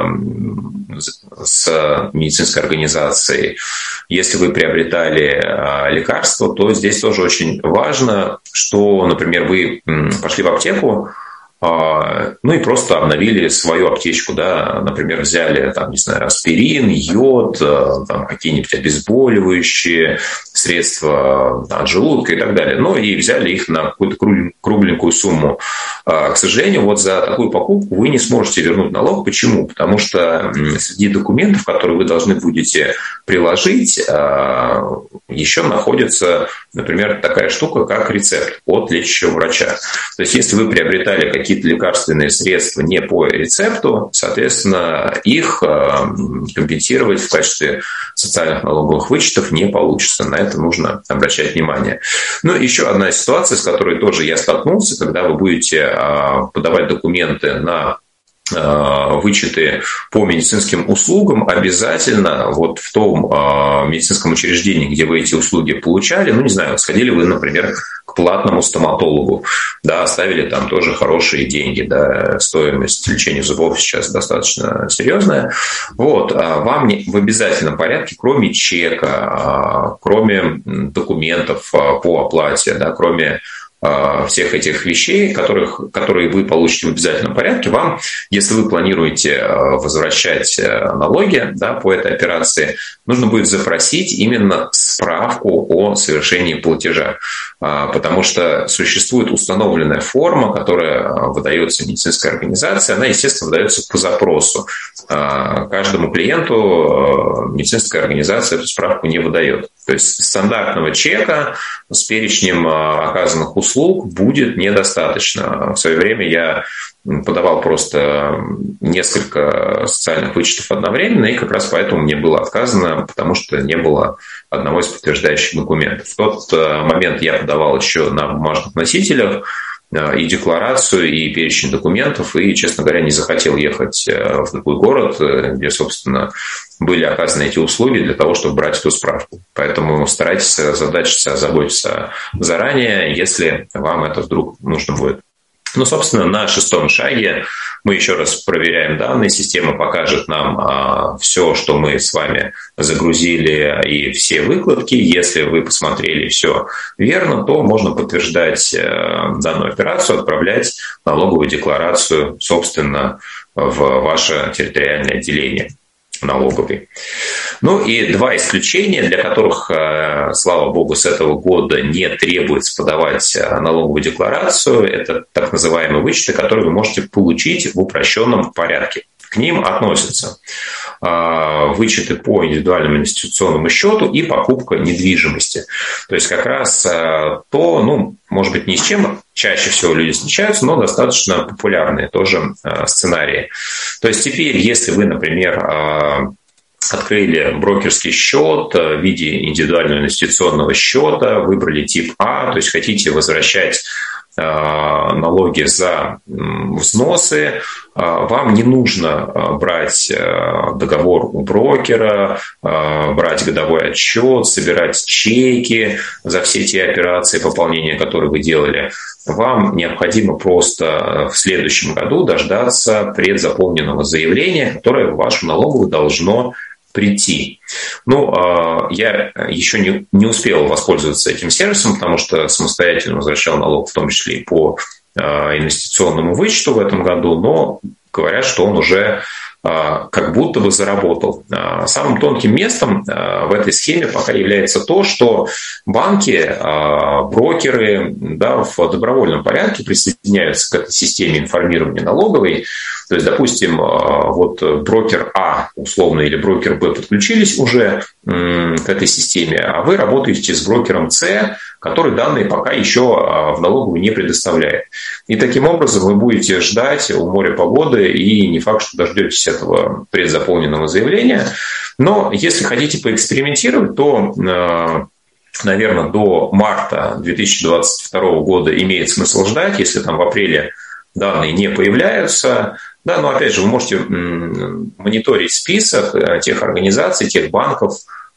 с медицинской организацией. Если вы приобретали лекарства, то здесь тоже очень важно, что, например, вы пошли в аптеку, ну и просто обновили свою аптечку, да, например, взяли, там, не знаю, аспирин, йод, там, какие-нибудь обезболивающие средства от желудка и так далее, ну и взяли их на какую-то кругленькую сумму. К сожалению, вот за такую покупку вы не сможете вернуть налог. Почему? Потому что среди документов, которые вы должны будете приложить, еще находится, например, такая штука, как рецепт от лечащего врача. То есть, если вы приобретали какие-то лекарственные средства не по рецепту, соответственно, их компенсировать в качестве социальных налоговых вычетов не получится. На это нужно обращать внимание. Ну, еще одна ситуация, с которой тоже я столкнулся, когда вы будете подавать документы на вычеты по медицинским услугам, обязательно вот в том медицинском учреждении, где вы эти услуги получали, ну, не знаю, сходили вы, например, к платному стоматологу, да, оставили там тоже хорошие деньги, да, стоимость лечения зубов сейчас достаточно серьезная, вот, вам в обязательном порядке, кроме чека, кроме документов по оплате, да, кроме всех этих вещей, которых, которые вы получите в обязательном порядке, вам, если вы планируете возвращать налоги, да, по этой операции, нужно будет запросить именно справку о совершении платежа, потому что существует установленная форма, которая выдается медицинской организации, она, естественно, выдается по запросу. Каждому клиенту медицинская организация эту справку не выдает. То есть стандартного чека с перечнем оказанных услуг будет недостаточно. В свое время я подавал просто несколько социальных вычетов одновременно, и как раз поэтому мне было отказано, потому что не было одного из подтверждающих документов. В тот момент я подавал еще на бумажных носителях и декларацию, и перечень документов, и, честно говоря, не захотел ехать в такой город, где, собственно, были оказаны эти услуги для того, чтобы брать эту справку. Поэтому старайтесь озадачиться, озаботиться заранее, если вам это вдруг нужно будет. Ну, собственно, на шестом шаге мы еще раз проверяем данные. Система покажет нам а, все, что мы с вами загрузили, и все выкладки. Если вы посмотрели все верно, то можно подтверждать а, данную операцию, отправлять налоговую декларацию, собственно, в ваше территориальное отделение налоговой. Ну и два исключения, для которых, слава богу, с этого года не требуется подавать налоговую декларацию. Это так называемые вычеты, которые вы можете получить в упрощенном порядке. К ним относятся вычеты по индивидуальному инвестиционному счету и покупка недвижимости. То есть как раз то, ну, может быть, ни с чем чаще всего люди встречаются, но достаточно популярные тоже сценарии. То есть теперь, если вы, например, открыли брокерский счет в виде индивидуального инвестиционного счета, выбрали тип А, то есть хотите возвращать налоги за взносы, вам не нужно брать договор у брокера, брать годовой отчет, собирать чеки за все те операции пополнения, которые вы делали. Вам необходимо просто в следующем году дождаться предзаполненного заявления, которое в вашу налоговую должно прийти. Ну, я еще не, не успел воспользоваться этим сервисом, потому что самостоятельно возвращал налог, в том числе и по инвестиционному вычету в этом году, но говорят, что он уже как будто бы заработал. Самым тонким местом в этой схеме пока является то, что банки, брокеры, да, в добровольном порядке присоединяются к этой системе информирования налоговой. То есть, допустим, вот брокер А, условно, или брокер Б подключились уже к этой системе, а вы работаете с брокером С, который данные пока еще в налоговую не предоставляет. И таким образом вы будете ждать у моря погоды, и не факт, что дождетесь этого предзаполненного заявления. Но если хотите поэкспериментировать, то, наверное, до марта две тысячи двадцать второго года имеет смысл ждать, если там в апреле данные не появляются. Да, но опять же, вы можете мониторить список тех организаций, тех банков,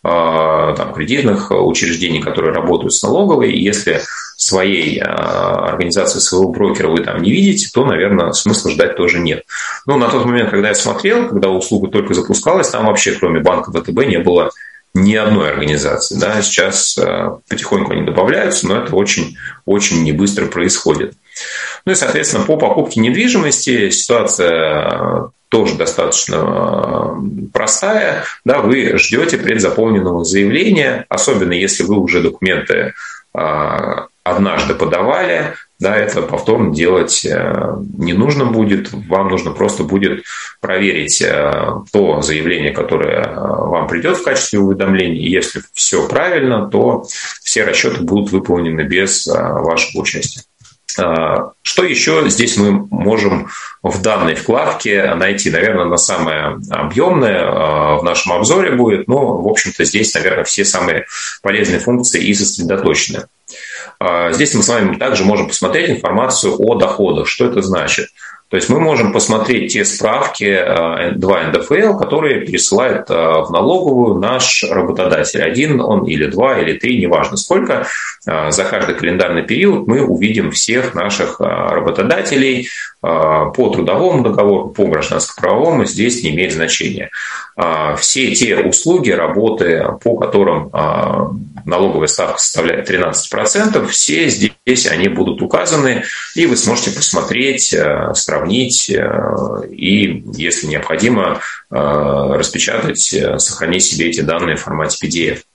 там, кредитных учреждений, которые работают с налоговой. И если своей организации, своего брокера вы там не видите, то, наверное, смысла ждать тоже нет. Но на тот момент, когда я смотрел, когда услуга только запускалась, там вообще, кроме банка вэ тэ бэ, не было ни одной организации. Да, сейчас потихоньку они добавляются, но это очень, очень небыстро происходит. Ну и, соответственно, по покупке недвижимости ситуация тоже достаточно простая. Да, вы ждете предзаполненного заявления, особенно если вы уже документы однажды подавали, да, это повторно делать не нужно будет. Вам нужно просто будет проверить то заявление, которое вам придет в качестве уведомления. И если все правильно, то все расчеты будут выполнены без вашего участия. Что еще здесь мы можем в данной вкладке найти? Наверное, она самая объемная в нашем обзоре будет, но, в общем-то, здесь, наверное, все самые полезные функции и сосредоточены. Здесь мы с вами также можем посмотреть информацию о доходах. Что это значит? То есть мы можем посмотреть те справки два эн дэ эф эл, которые пересылает в налоговую наш работодатель. Один он или два, или три, неважно сколько. За каждый календарный период мы увидим всех наших работодателей по трудовому договору, по гражданско-правовому. Здесь не имеет значения. Все те услуги, работы, по которым налоговая ставка составляет тринадцать процентов, все здесь они будут указаны, и вы сможете посмотреть, сравнить и, если необходимо, распечатать, сохранить себе эти данные в формате пи ди эф.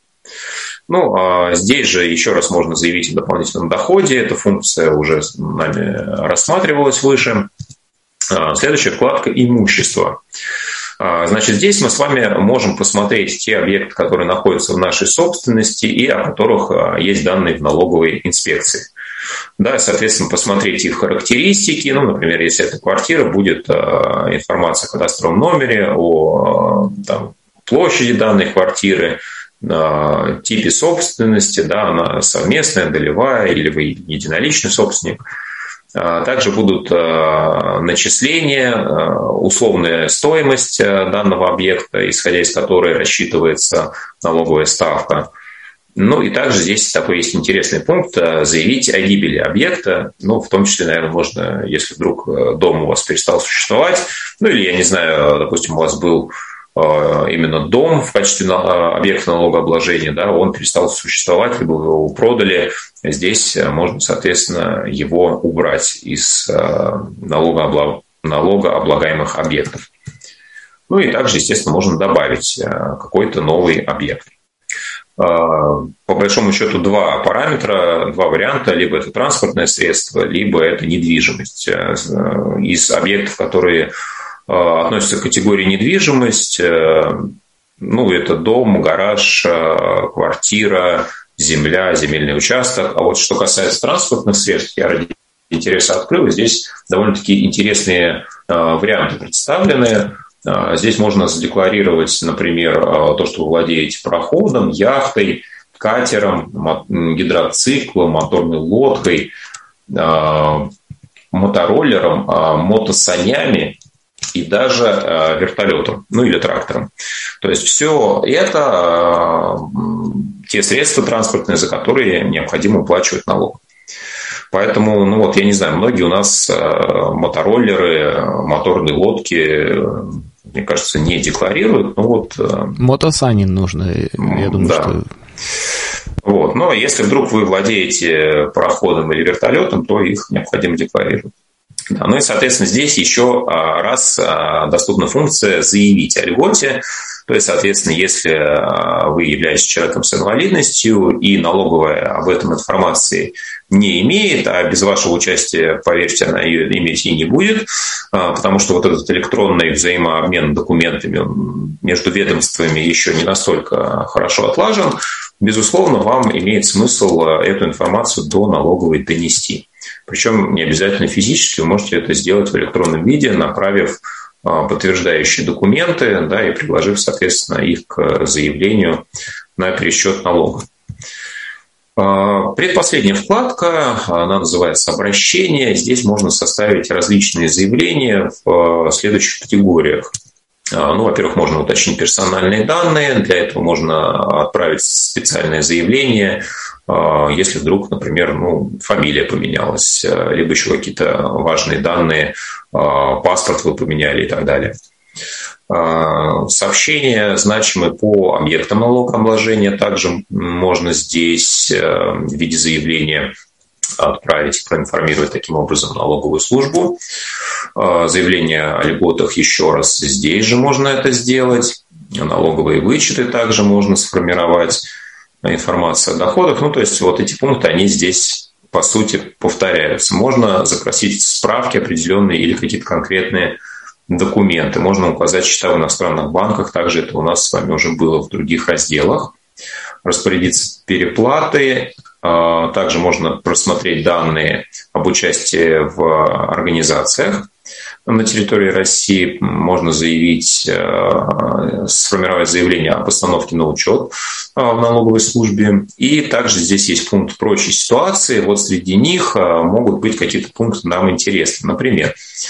Ну, здесь же еще раз можно заявить о дополнительном доходе. Эта функция уже нами рассматривалась выше. Следующая вкладка «Имущество». Значит, здесь мы с вами можем посмотреть те объекты, которые находятся в нашей собственности и о которых есть данные в налоговой инспекции. Да, соответственно, посмотреть их характеристики. Ну, например, если это квартира, будет информация о кадастровом номере, о там, площади данной квартиры, типе собственности, да, она совместная, долевая, или вы единоличный собственник. Также будут начисления, условная стоимость данного объекта, исходя из которой рассчитывается налоговая ставка. Ну и также здесь такой есть интересный пункт – заявить о гибели объекта. Ну, в том числе, наверное, можно, если вдруг дом у вас перестал существовать, ну или, я не знаю, допустим, у вас был именно дом в качестве объекта налогообложения, да, он перестал существовать, либо вы его продали, здесь можно, соответственно, его убрать из налогооблагаемых объектов. Ну и также, естественно, можно добавить какой-то новый объект. По большому счету два параметра, два варианта, либо это транспортное средство, либо это недвижимость. Из объектов, которые относятся к категории недвижимость, ну, это дом, гараж, квартира, земля, земельный участок. А вот что касается транспортных средств, я ради интереса открыл, здесь довольно-таки интересные варианты представлены. Здесь можно задекларировать, например, то, что вы владеете пароходом, яхтой, катером, гидроциклом, моторной лодкой, мотороллером, мотосанями и даже вертолетом, ну или трактором. То есть все это те средства транспортные, за которые необходимо уплачивать налог. Поэтому, ну вот, я не знаю, многие у нас мотороллеры, моторные лодки мне кажется, не декларируют. Ну, вот, мотосани нужно, я думаю, да. что... Вот. Но если вдруг вы владеете пароходом или вертолетом, то их необходимо декларировать. Да, ну и, соответственно, здесь еще раз доступна функция «заявить о льготе». То есть, соответственно, если вы являетесь человеком с инвалидностью и налоговая об этом информации не имеет, а без вашего участия, поверьте, она ее иметь и не будет, потому что вот этот электронный взаимообмен документами между ведомствами еще не настолько хорошо отлажен, безусловно, вам имеет смысл эту информацию до налоговой донести. Причем не обязательно физически, вы можете это сделать в электронном виде, направив подтверждающие документы, да, и приложив, соответственно, их к заявлению на пересчет налогов. Предпоследняя вкладка, она называется «Обращение». Здесь можно составить различные заявления в следующих категориях. Ну, во-первых, можно уточнить персональные данные, для этого можно отправить специальное заявление, если вдруг, например, ну, фамилия поменялась, либо еще какие-то важные данные, паспорт вы поменяли и так далее. Сообщения, значимые по объектам налогообложения, также можно здесь в виде заявления отправить, проинформировать таким образом налоговую службу. Заявление о льготах еще раз здесь же можно это сделать. Налоговые вычеты также можно сформировать. Информация о доходах. Ну, то есть вот эти пункты, они здесь, по сути, повторяются. Можно запросить справки определенные или какие-то конкретные документы. Можно указать счета в иностранных банках. Также это у нас с вами уже было в других разделах. Распорядиться переплатой. Также можно просмотреть данные об участии в организациях на территории России. Можно заявить, сформировать заявление о постановке на учет в налоговой службе. И также здесь есть пункт «Прочие ситуации». Вот среди них могут быть какие-то пункты нам интересны. Например,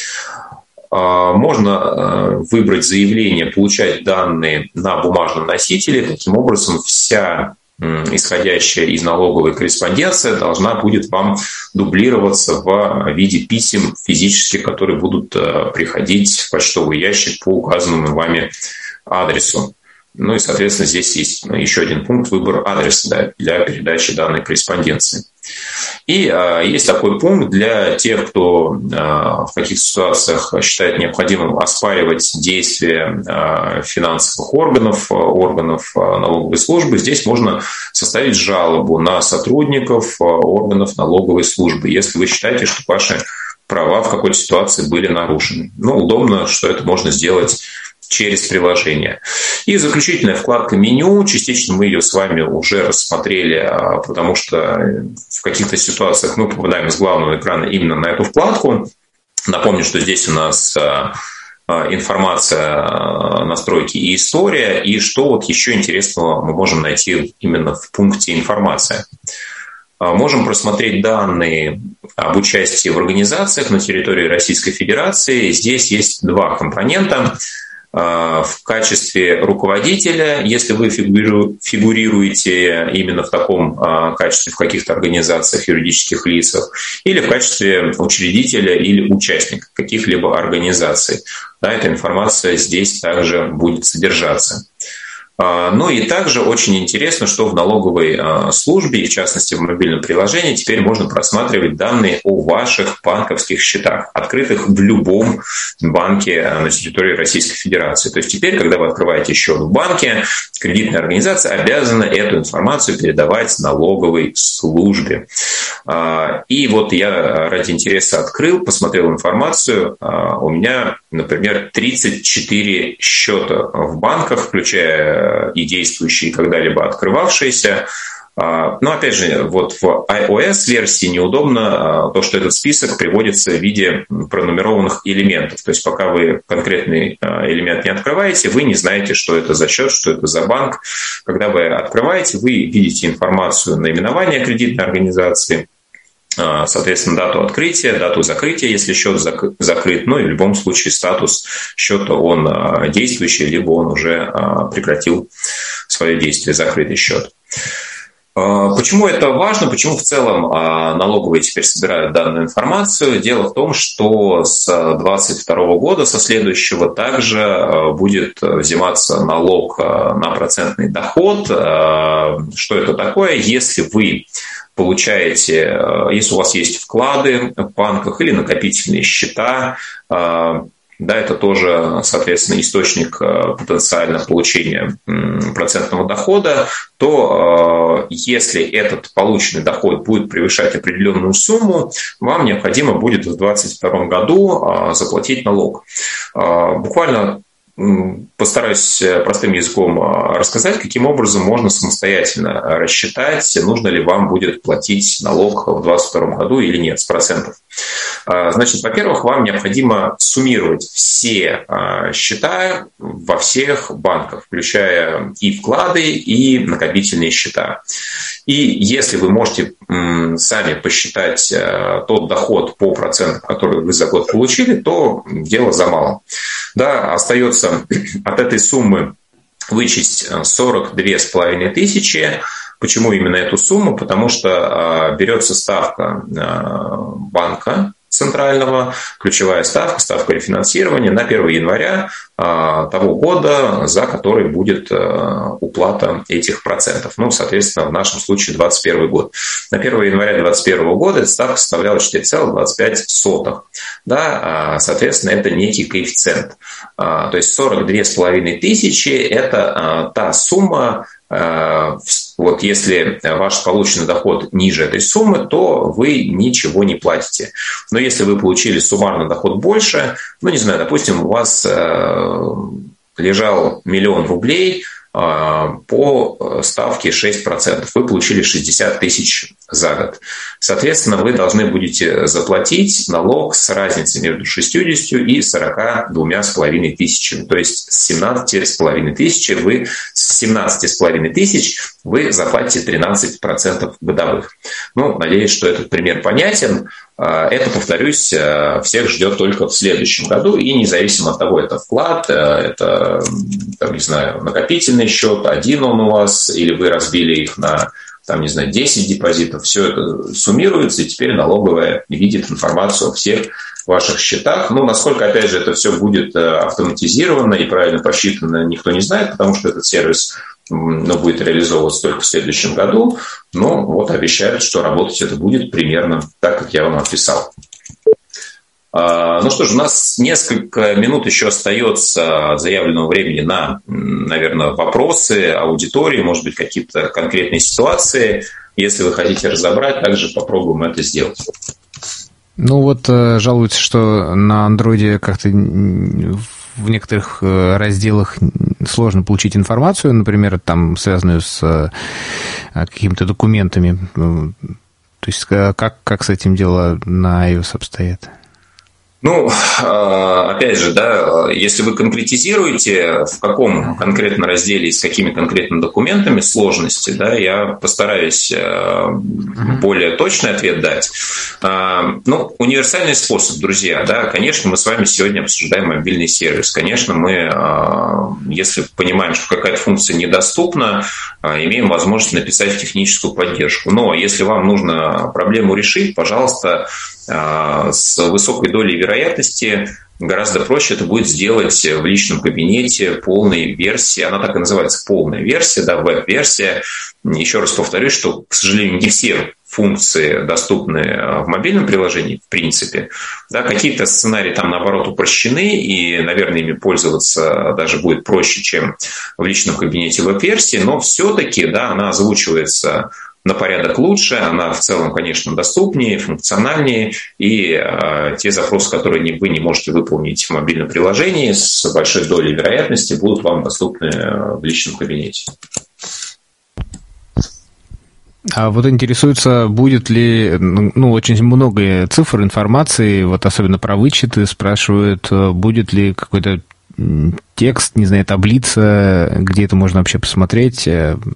можно выбрать заявление, получать данные на бумажном носителе. Таким образом, вся исходящая из налоговой корреспонденция должна будет вам дублироваться в виде писем физических, которые будут приходить в почтовый ящик по указанному вами адресу. Ну и, соответственно, здесь есть еще один пункт — выбор адреса, да, для передачи данной корреспонденции. И а, есть такой пункт для тех, кто а, в каких-то ситуациях считает необходимым оспаривать действия а, финансовых органов, органов а, налоговой службы. Здесь можно составить жалобу на сотрудников а, органов налоговой службы, если вы считаете, что ваши права в какой-то ситуации были нарушены. Ну, удобно, что это можно сделать через приложение. И заключительная вкладка «Меню». Частично мы ее с вами уже рассмотрели, потому что в каких-то ситуациях мы попадаем с главного экрана именно на эту вкладку. Напомню, что здесь у нас информация, настройки и история. И что вот еще интересного мы можем найти именно в пункте «Информация». Можем просмотреть данные об участии в организациях на территории Российской Федерации. Здесь есть два компонента. В качестве руководителя, если вы фигурируете именно в таком качестве в каких-то организациях, юридических лицах, или в качестве учредителя или участника каких-либо организаций. Да, эта информация здесь также будет содержаться. Ну и также очень интересно, что в налоговой службе, и в частности в мобильном приложении, теперь можно просматривать данные о ваших банковских счетах, открытых в любом банке на территории Российской Федерации. То есть теперь, когда вы открываете счет в банке, кредитная организация обязана эту информацию передавать налоговой службе. И вот я ради интереса открыл, посмотрел информацию. У меня, например, тридцать четыре счета в банках, включая и действующие, и когда-либо открывавшиеся. Но, опять же, вот в iOS-версии неудобно то, что этот список приводится в виде пронумерованных элементов. То есть пока вы конкретный элемент не открываете, вы не знаете, что это за счет, что это за банк. Когда вы открываете, вы видите информацию, наименование кредитной организации, соответственно, дату открытия, дату закрытия, если счет закрыт, ну и в любом случае статус счета, он действующий, либо он уже прекратил свое действие, закрытый счет. Почему это важно? Почему в целом налоговые теперь собирают данную информацию? Дело в том, что с две тысячи двадцать второго года, со следующего, также будет взиматься налог на процентный доход. Что это такое? Если вы получаете, если у вас есть вклады в банках или накопительные счета, да, это тоже, соответственно, источник потенциально получения процентного дохода, то если этот полученный доход будет превышать определенную сумму, вам необходимо будет в две тысячи двадцать втором году заплатить налог. Буквально постараюсь простым языком рассказать, каким образом можно самостоятельно рассчитать, нужно ли вам будет платить налог в две тысячи двадцать втором году или нет, с процентов. Значит, во-первых, вам необходимо суммировать все счета во всех банках, включая и вклады, и накопительные счета. И если вы можете сами посчитать тот доход по процентам, который вы за год получили, то дело за малым. Да, остается от этой суммы вычесть сорок две с половиной тысячи. Почему именно эту сумму? Потому что берется ставка банка центрального, ключевая ставка, ставка рефинансирования на первое января того года, за который будет уплата этих процентов. Ну, соответственно, в нашем случае двадцать первый год. На первое января двадцать первого года эта ставка составляла четыре целых двадцать пять сотых. Да, соответственно, это некий коэффициент. То есть сорок две с половиной тысячи – это та сумма. Вот если ваш полученный доход ниже этой суммы, то вы ничего не платите. Но если вы получили суммарный доход больше, ну, не знаю, допустим, у вас лежал миллион рублей по ставке шесть процентов, вы получили шестьдесят тысяч за год. Соответственно, вы должны будете заплатить налог с разницей между шестьюдесятью и сорока двумя с половиной тысячами. То есть с семнадцати с половиной тысяч вы с семнадцати с половиной тысяч вы заплатите тринадцать процентов годовых. Ну, надеюсь, что этот пример понятен. Это, повторюсь, всех ждет только в следующем году, и независимо от того, это вклад, это, там, не знаю, накопительный счет, один он у вас, или вы разбили их на, там, не знаю, десять депозитов, все это суммируется, и теперь налоговая видит информацию о всех ваших счетах. Ну, насколько, опять же, это все будет автоматизировано и правильно посчитано, никто не знает, потому что этот сервис но будет реализовываться только в следующем году. Но вот обещают, что работать это будет примерно так, как я вам описал. Ну что ж, у нас несколько минут еще остается от заявленного времени на, наверное, вопросы аудитории, может быть, какие-то конкретные ситуации. Если вы хотите разобрать, также попробуем это сделать. Ну вот жалуются, что на андроиде как-то в некоторых разделах сложно получить информацию, например, там, связанную с какими-то документами. То есть как, как с этим дело на iOS обстоит? Ну, опять же, да, если вы конкретизируете, в каком конкретно разделе и с какими конкретно документами сложности, да, я постараюсь более точный ответ дать. Ну, универсальный способ, друзья, да, конечно, мы с вами сегодня обсуждаем мобильный сервис. Конечно, мы, если понимаем, что какая-то функция недоступна, имеем возможность написать в техническую поддержку. Но если вам нужно проблему решить, пожалуйста, с высокой долей вероятности гораздо проще это будет сделать в личном кабинете полной версии. Она так и называется, полная версия, да, веб-версия. Еще раз повторюсь, что, к сожалению, не все функции доступны в мобильном приложении, в принципе. Да, какие-то сценарии там, наоборот, упрощены, и, наверное, ими пользоваться даже будет проще, чем в личном кабинете веб-версии, но все-таки, да, она озвучивается на порядок лучше, она в целом, конечно, доступнее, функциональнее, и э, те запросы, которые не, вы не можете выполнить в мобильном приложении, с большой долей вероятности будут вам доступны в личном кабинете. А вот интересуется, будет ли, ну, очень много цифр, информации, вот особенно про вычеты, спрашивают, будет ли какой-то текст, не знаю, таблица, где это можно вообще посмотреть.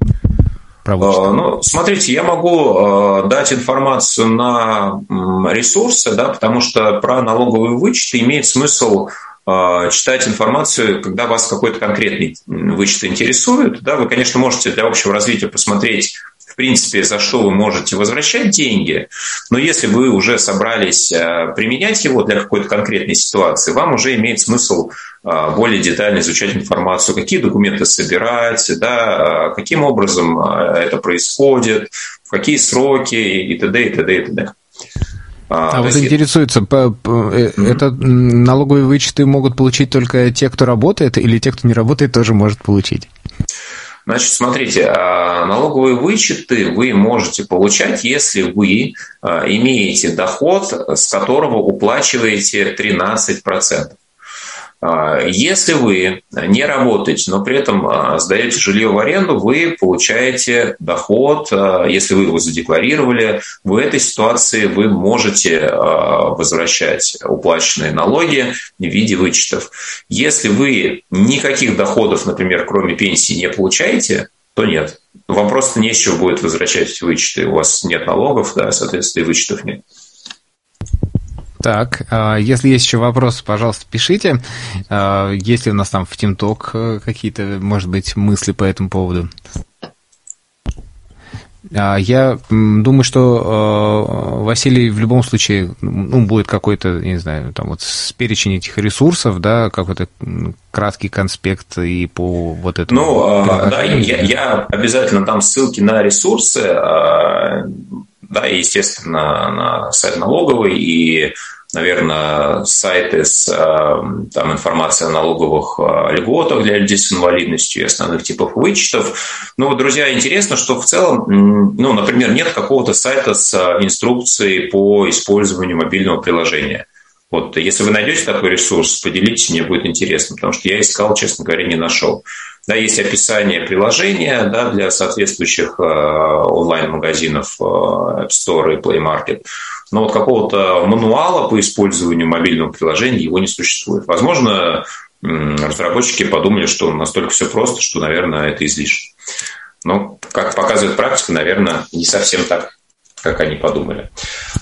Ну, смотрите, я могу дать информацию на ресурсы, да, потому что про налоговые вычеты имеет смысл читать информацию, когда вас какой-то конкретный вычет интересует. Да, вы, конечно, можете для общего развития посмотреть в принципе, за что вы можете возвращать деньги, но если вы уже собрались применять его для какой-то конкретной ситуации, вам уже имеет смысл более детально изучать информацию, какие документы собирать, да, каким образом это происходит, в какие сроки и т.д. и т.д. и т.д. А, а вот есть... интересуется, mm-hmm. это налоговые вычеты могут получить только те, кто работает, или те, кто не работает, тоже может получить? Значит, смотрите, налоговые вычеты вы можете получать, если вы имеете доход, с которого уплачиваете тринадцать процентов. Если вы не работаете, но при этом сдаете жилье в аренду, вы получаете доход, если вы его задекларировали. В этой ситуации вы можете возвращать уплаченные налоги в виде вычетов. Если вы никаких доходов, например, кроме пенсии, не получаете, то нет. Вам просто не с чего будет возвращать эти вычеты. У вас нет налогов, да, соответственно, и вычетов нет. Так, если есть еще вопросы, пожалуйста, пишите. Есть ли у нас там в TeamTalk какие-то, может быть, мысли по этому поводу? Я думаю, что Василий в любом случае, ну, будет какой-то, не знаю, там вот перечень этих ресурсов, да, какой-то краткий конспект и по вот этому. Ну, да, я, я обязательно дам ссылки на ресурсы, да, и, естественно, на сайт налоговый и, наверное, сайты с там, информацией о налоговых льготах для людей с инвалидностью и основных типов вычетов. Ну, друзья, интересно, что в целом, ну, например, нет какого-то сайта с инструкцией по использованию мобильного приложения. Вот, если вы найдете такой ресурс, поделитесь, мне будет интересно, потому что я искал, честно говоря, не нашел. Да, есть описание приложения, да, для соответствующих э, онлайн-магазинов э, App Store и Play Market, но вот какого-то мануала по использованию мобильного приложения его не существует. Возможно, э, разработчики подумали, что настолько все просто, что, наверное, это излишне. Но, как показывает практика, наверное, не совсем так, как они подумали.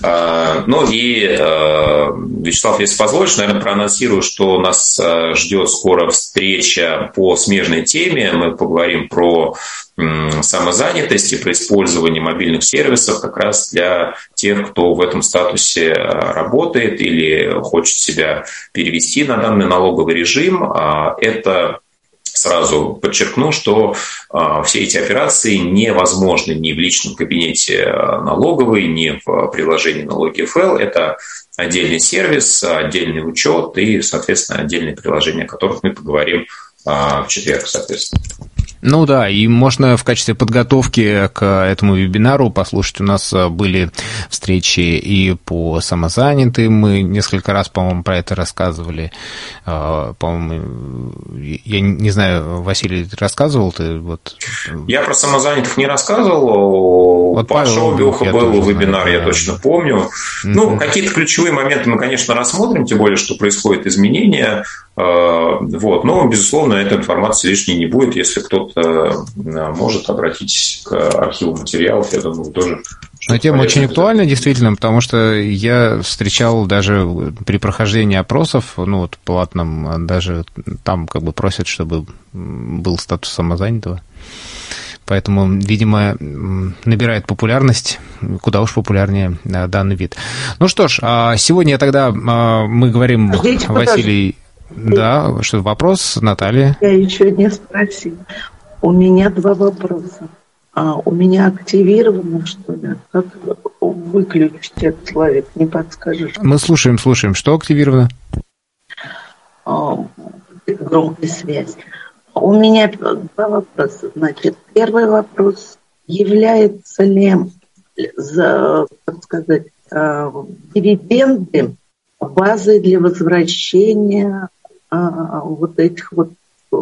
Ну и, Вячеслав, если позволишь, наверное, проанонсирую, что нас ждет скоро встреча по смежной теме. Мы поговорим про самозанятость и про использование мобильных сервисов как раз для тех, кто в этом статусе работает или хочет себя перевести на данный налоговый режим. Это... Сразу подчеркну, что э, все эти операции невозможны ни в личном кабинете налоговой, ни в приложении налоги эф эл. Это отдельный сервис, отдельный учет и, соответственно, отдельные приложения, о которых мы поговорим э, в четверг, соответственно. Ну да, и можно в качестве подготовки к этому вебинару послушать. У нас были встречи и по самозанятым. Мы несколько раз, по-моему, про это рассказывали. По-моему, я не знаю, Василий, ты рассказывал? Ты вот... Я про самозанятых не рассказывал. Вот Паша Обиуха был вебинар, знаю, я да. точно помню. Mm-hmm. Ну, какие-то ключевые моменты мы, конечно, рассмотрим, тем более, что происходят изменения. Вот. Но, безусловно, этой информации лишней не будет. Если кто-то может, обратитесь к архиву материалов, я думаю, тоже... Но тема очень актуальна, действительно, потому что я встречал даже при прохождении опросов, ну, вот платном, даже там как бы просят, чтобы был статус самозанятого. Поэтому, видимо, набирает популярность, куда уж популярнее данный вид. Ну что ж, сегодня тогда мы говорим, Подождите, Василий... Подождите. Да, что вопрос, Наталья? Я еще не спросила. У меня два вопроса. А у меня активировано, что ли? Как выключить этот человек? Не подскажешь? Мы слушаем, слушаем. Что активировано? А, громкая связь. У меня два вопроса. Значит, первый вопрос. Является ли, за, как сказать, дивиденды базой для возвращения а, вот этих вот,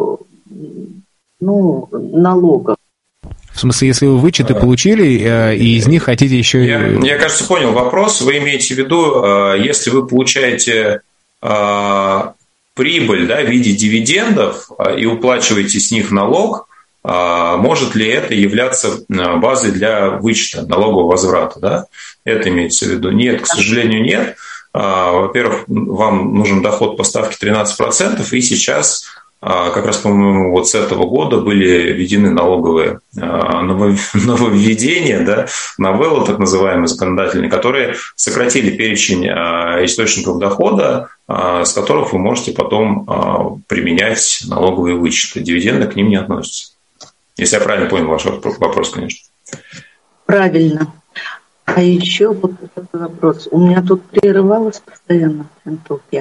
ну, налогов? В смысле, если вы вычеты получили, и из них хотите еще... Я, я, кажется, понял вопрос. Вы имеете в виду, если вы получаете прибыль, да, в виде дивидендов и уплачиваете с них налог, может ли это являться базой для вычета налогового возврата? Да? Это имеется в виду? Нет, к сожалению, нет. Во-первых, вам нужен доход по ставке тринадцать процентов, и сейчас как раз, по-моему, вот с этого года были введены налоговые нововведения, да, новеллы, так называемые, законодательные, которые сократили перечень источников дохода, с которых вы можете потом применять налоговые вычеты. Дивиденды к ним не относятся. Если я правильно понял ваш вопрос, конечно. Правильно. А еще вот этот вопрос. У меня тут прерывалось постоянно в Финтухе.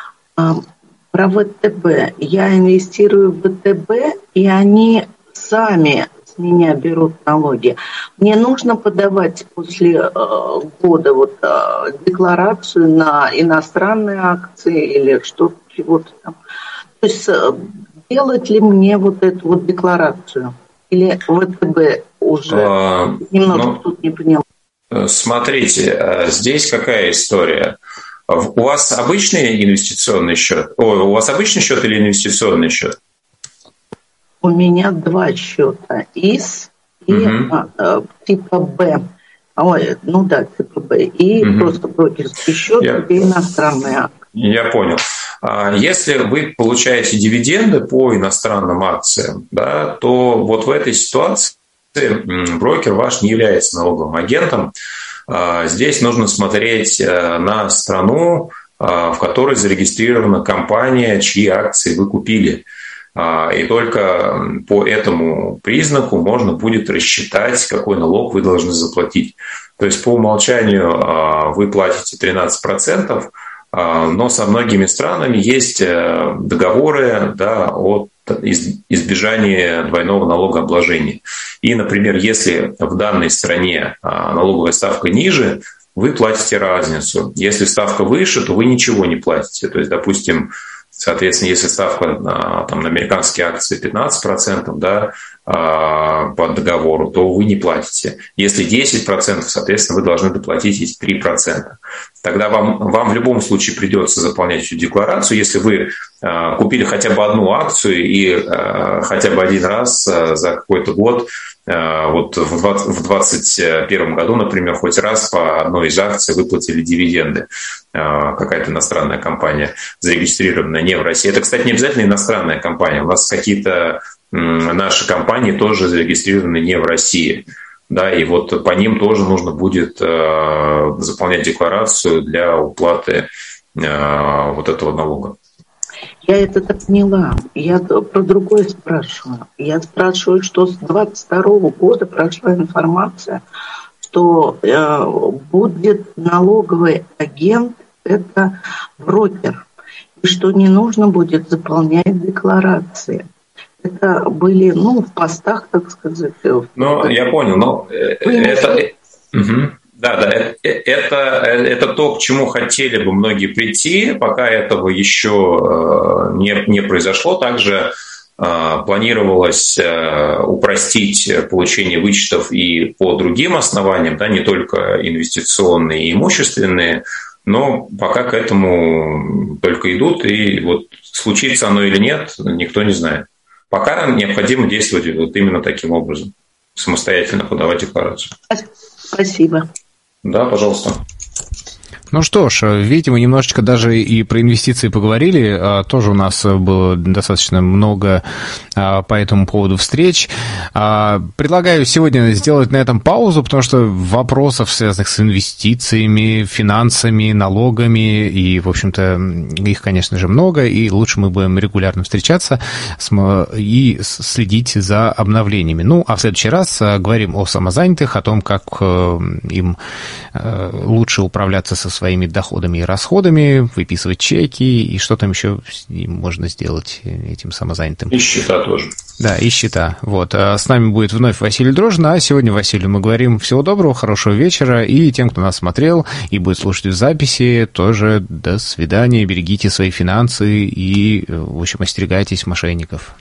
Про ВТБ. Я инвестирую в ВТБ, и они сами с меня берут налоги. Мне нужно подавать после э, года вот, э, декларацию на иностранные акции или что-то, чего-то там. То есть э, делать ли мне вот эту вот декларацию? Или ВТБ уже а, немного ну, тут не поняла? Смотрите, здесь какая история? У вас обычный инвестиционный счет? Ой, у вас обычный счет или инвестиционный счет? У меня два счета. ИС и угу. а, типа Б. Ой, ну да, типа Б. И угу. просто брокерский счет, Я... где иностранные акции. Я понял. Если вы получаете дивиденды по иностранным акциям, да, то вот в этой ситуации брокер ваш не является налоговым агентом. Здесь нужно смотреть на страну, в которой зарегистрирована компания, чьи акции вы купили. И только по этому признаку можно будет рассчитать, какой налог вы должны заплатить. То есть по умолчанию вы платите тринадцать процентов, но со многими странами есть договоры, да, о избежании двойного налогообложения. И, например, если в данной стране налоговая ставка ниже, вы платите разницу. Если ставка выше, то вы ничего не платите. То есть, допустим, соответственно, если ставка там, на американские акции пятнадцать процентов, да, по договору, то вы не платите. Если десять процентов, соответственно, вы должны доплатить эти три процента. Тогда вам, вам в любом случае придется заполнять всю декларацию. Если вы э, купили хотя бы одну акцию и э, хотя бы один раз э, за какой-то год, э, вот в двадцать первом году, например, хоть раз по одной из акций выплатили дивиденды, э, какая-то иностранная компания, зарегистрированная не в России. Это, кстати, не обязательно иностранная компания. У нас какие-то наши компании тоже зарегистрированы не в России. Да, и вот по ним тоже нужно будет э, заполнять декларацию для уплаты э, вот этого налога. Я это так поняла. Я про другое спрашиваю. Я спрашиваю, что с двадцать второго года прошла информация, что э, будет налоговый агент, это брокер, и что не нужно будет заполнять декларации. Это были, ну, в постах, так сказать. Ну, я понял, но это... Угу. Да, да, это, это, это то, к чему хотели бы многие прийти, пока этого еще не, не произошло. Также планировалось упростить получение вычетов и по другим основаниям, да, не только инвестиционные и имущественные, но пока к этому только идут, и вот случится оно или нет, никто не знает. Пока необходимо действовать вот именно таким образом, самостоятельно подавать декларацию. Спасибо. Да, пожалуйста. Ну что ж, видите, мы немножечко даже и про инвестиции поговорили. Тоже у нас было достаточно много по этому поводу встреч. Предлагаю сегодня сделать на этом паузу, потому что вопросов, связанных с инвестициями, финансами, налогами, и, в общем-то, их, конечно же, много, и лучше мы будем регулярно встречаться и следить за обновлениями. Ну, а в следующий раз говорим о самозанятых, о том, как им лучше управляться со своими доходами и расходами, выписывать чеки, и что там еще можно сделать этим самозанятым. И счета тоже. Да, и счета. Вот. С нами будет вновь Василий Дрожжин, а сегодня Василию мы говорим всего доброго, хорошего вечера, и тем, кто нас смотрел и будет слушать в записи, тоже до свидания, берегите свои финансы и, в общем, остерегайтесь мошенников.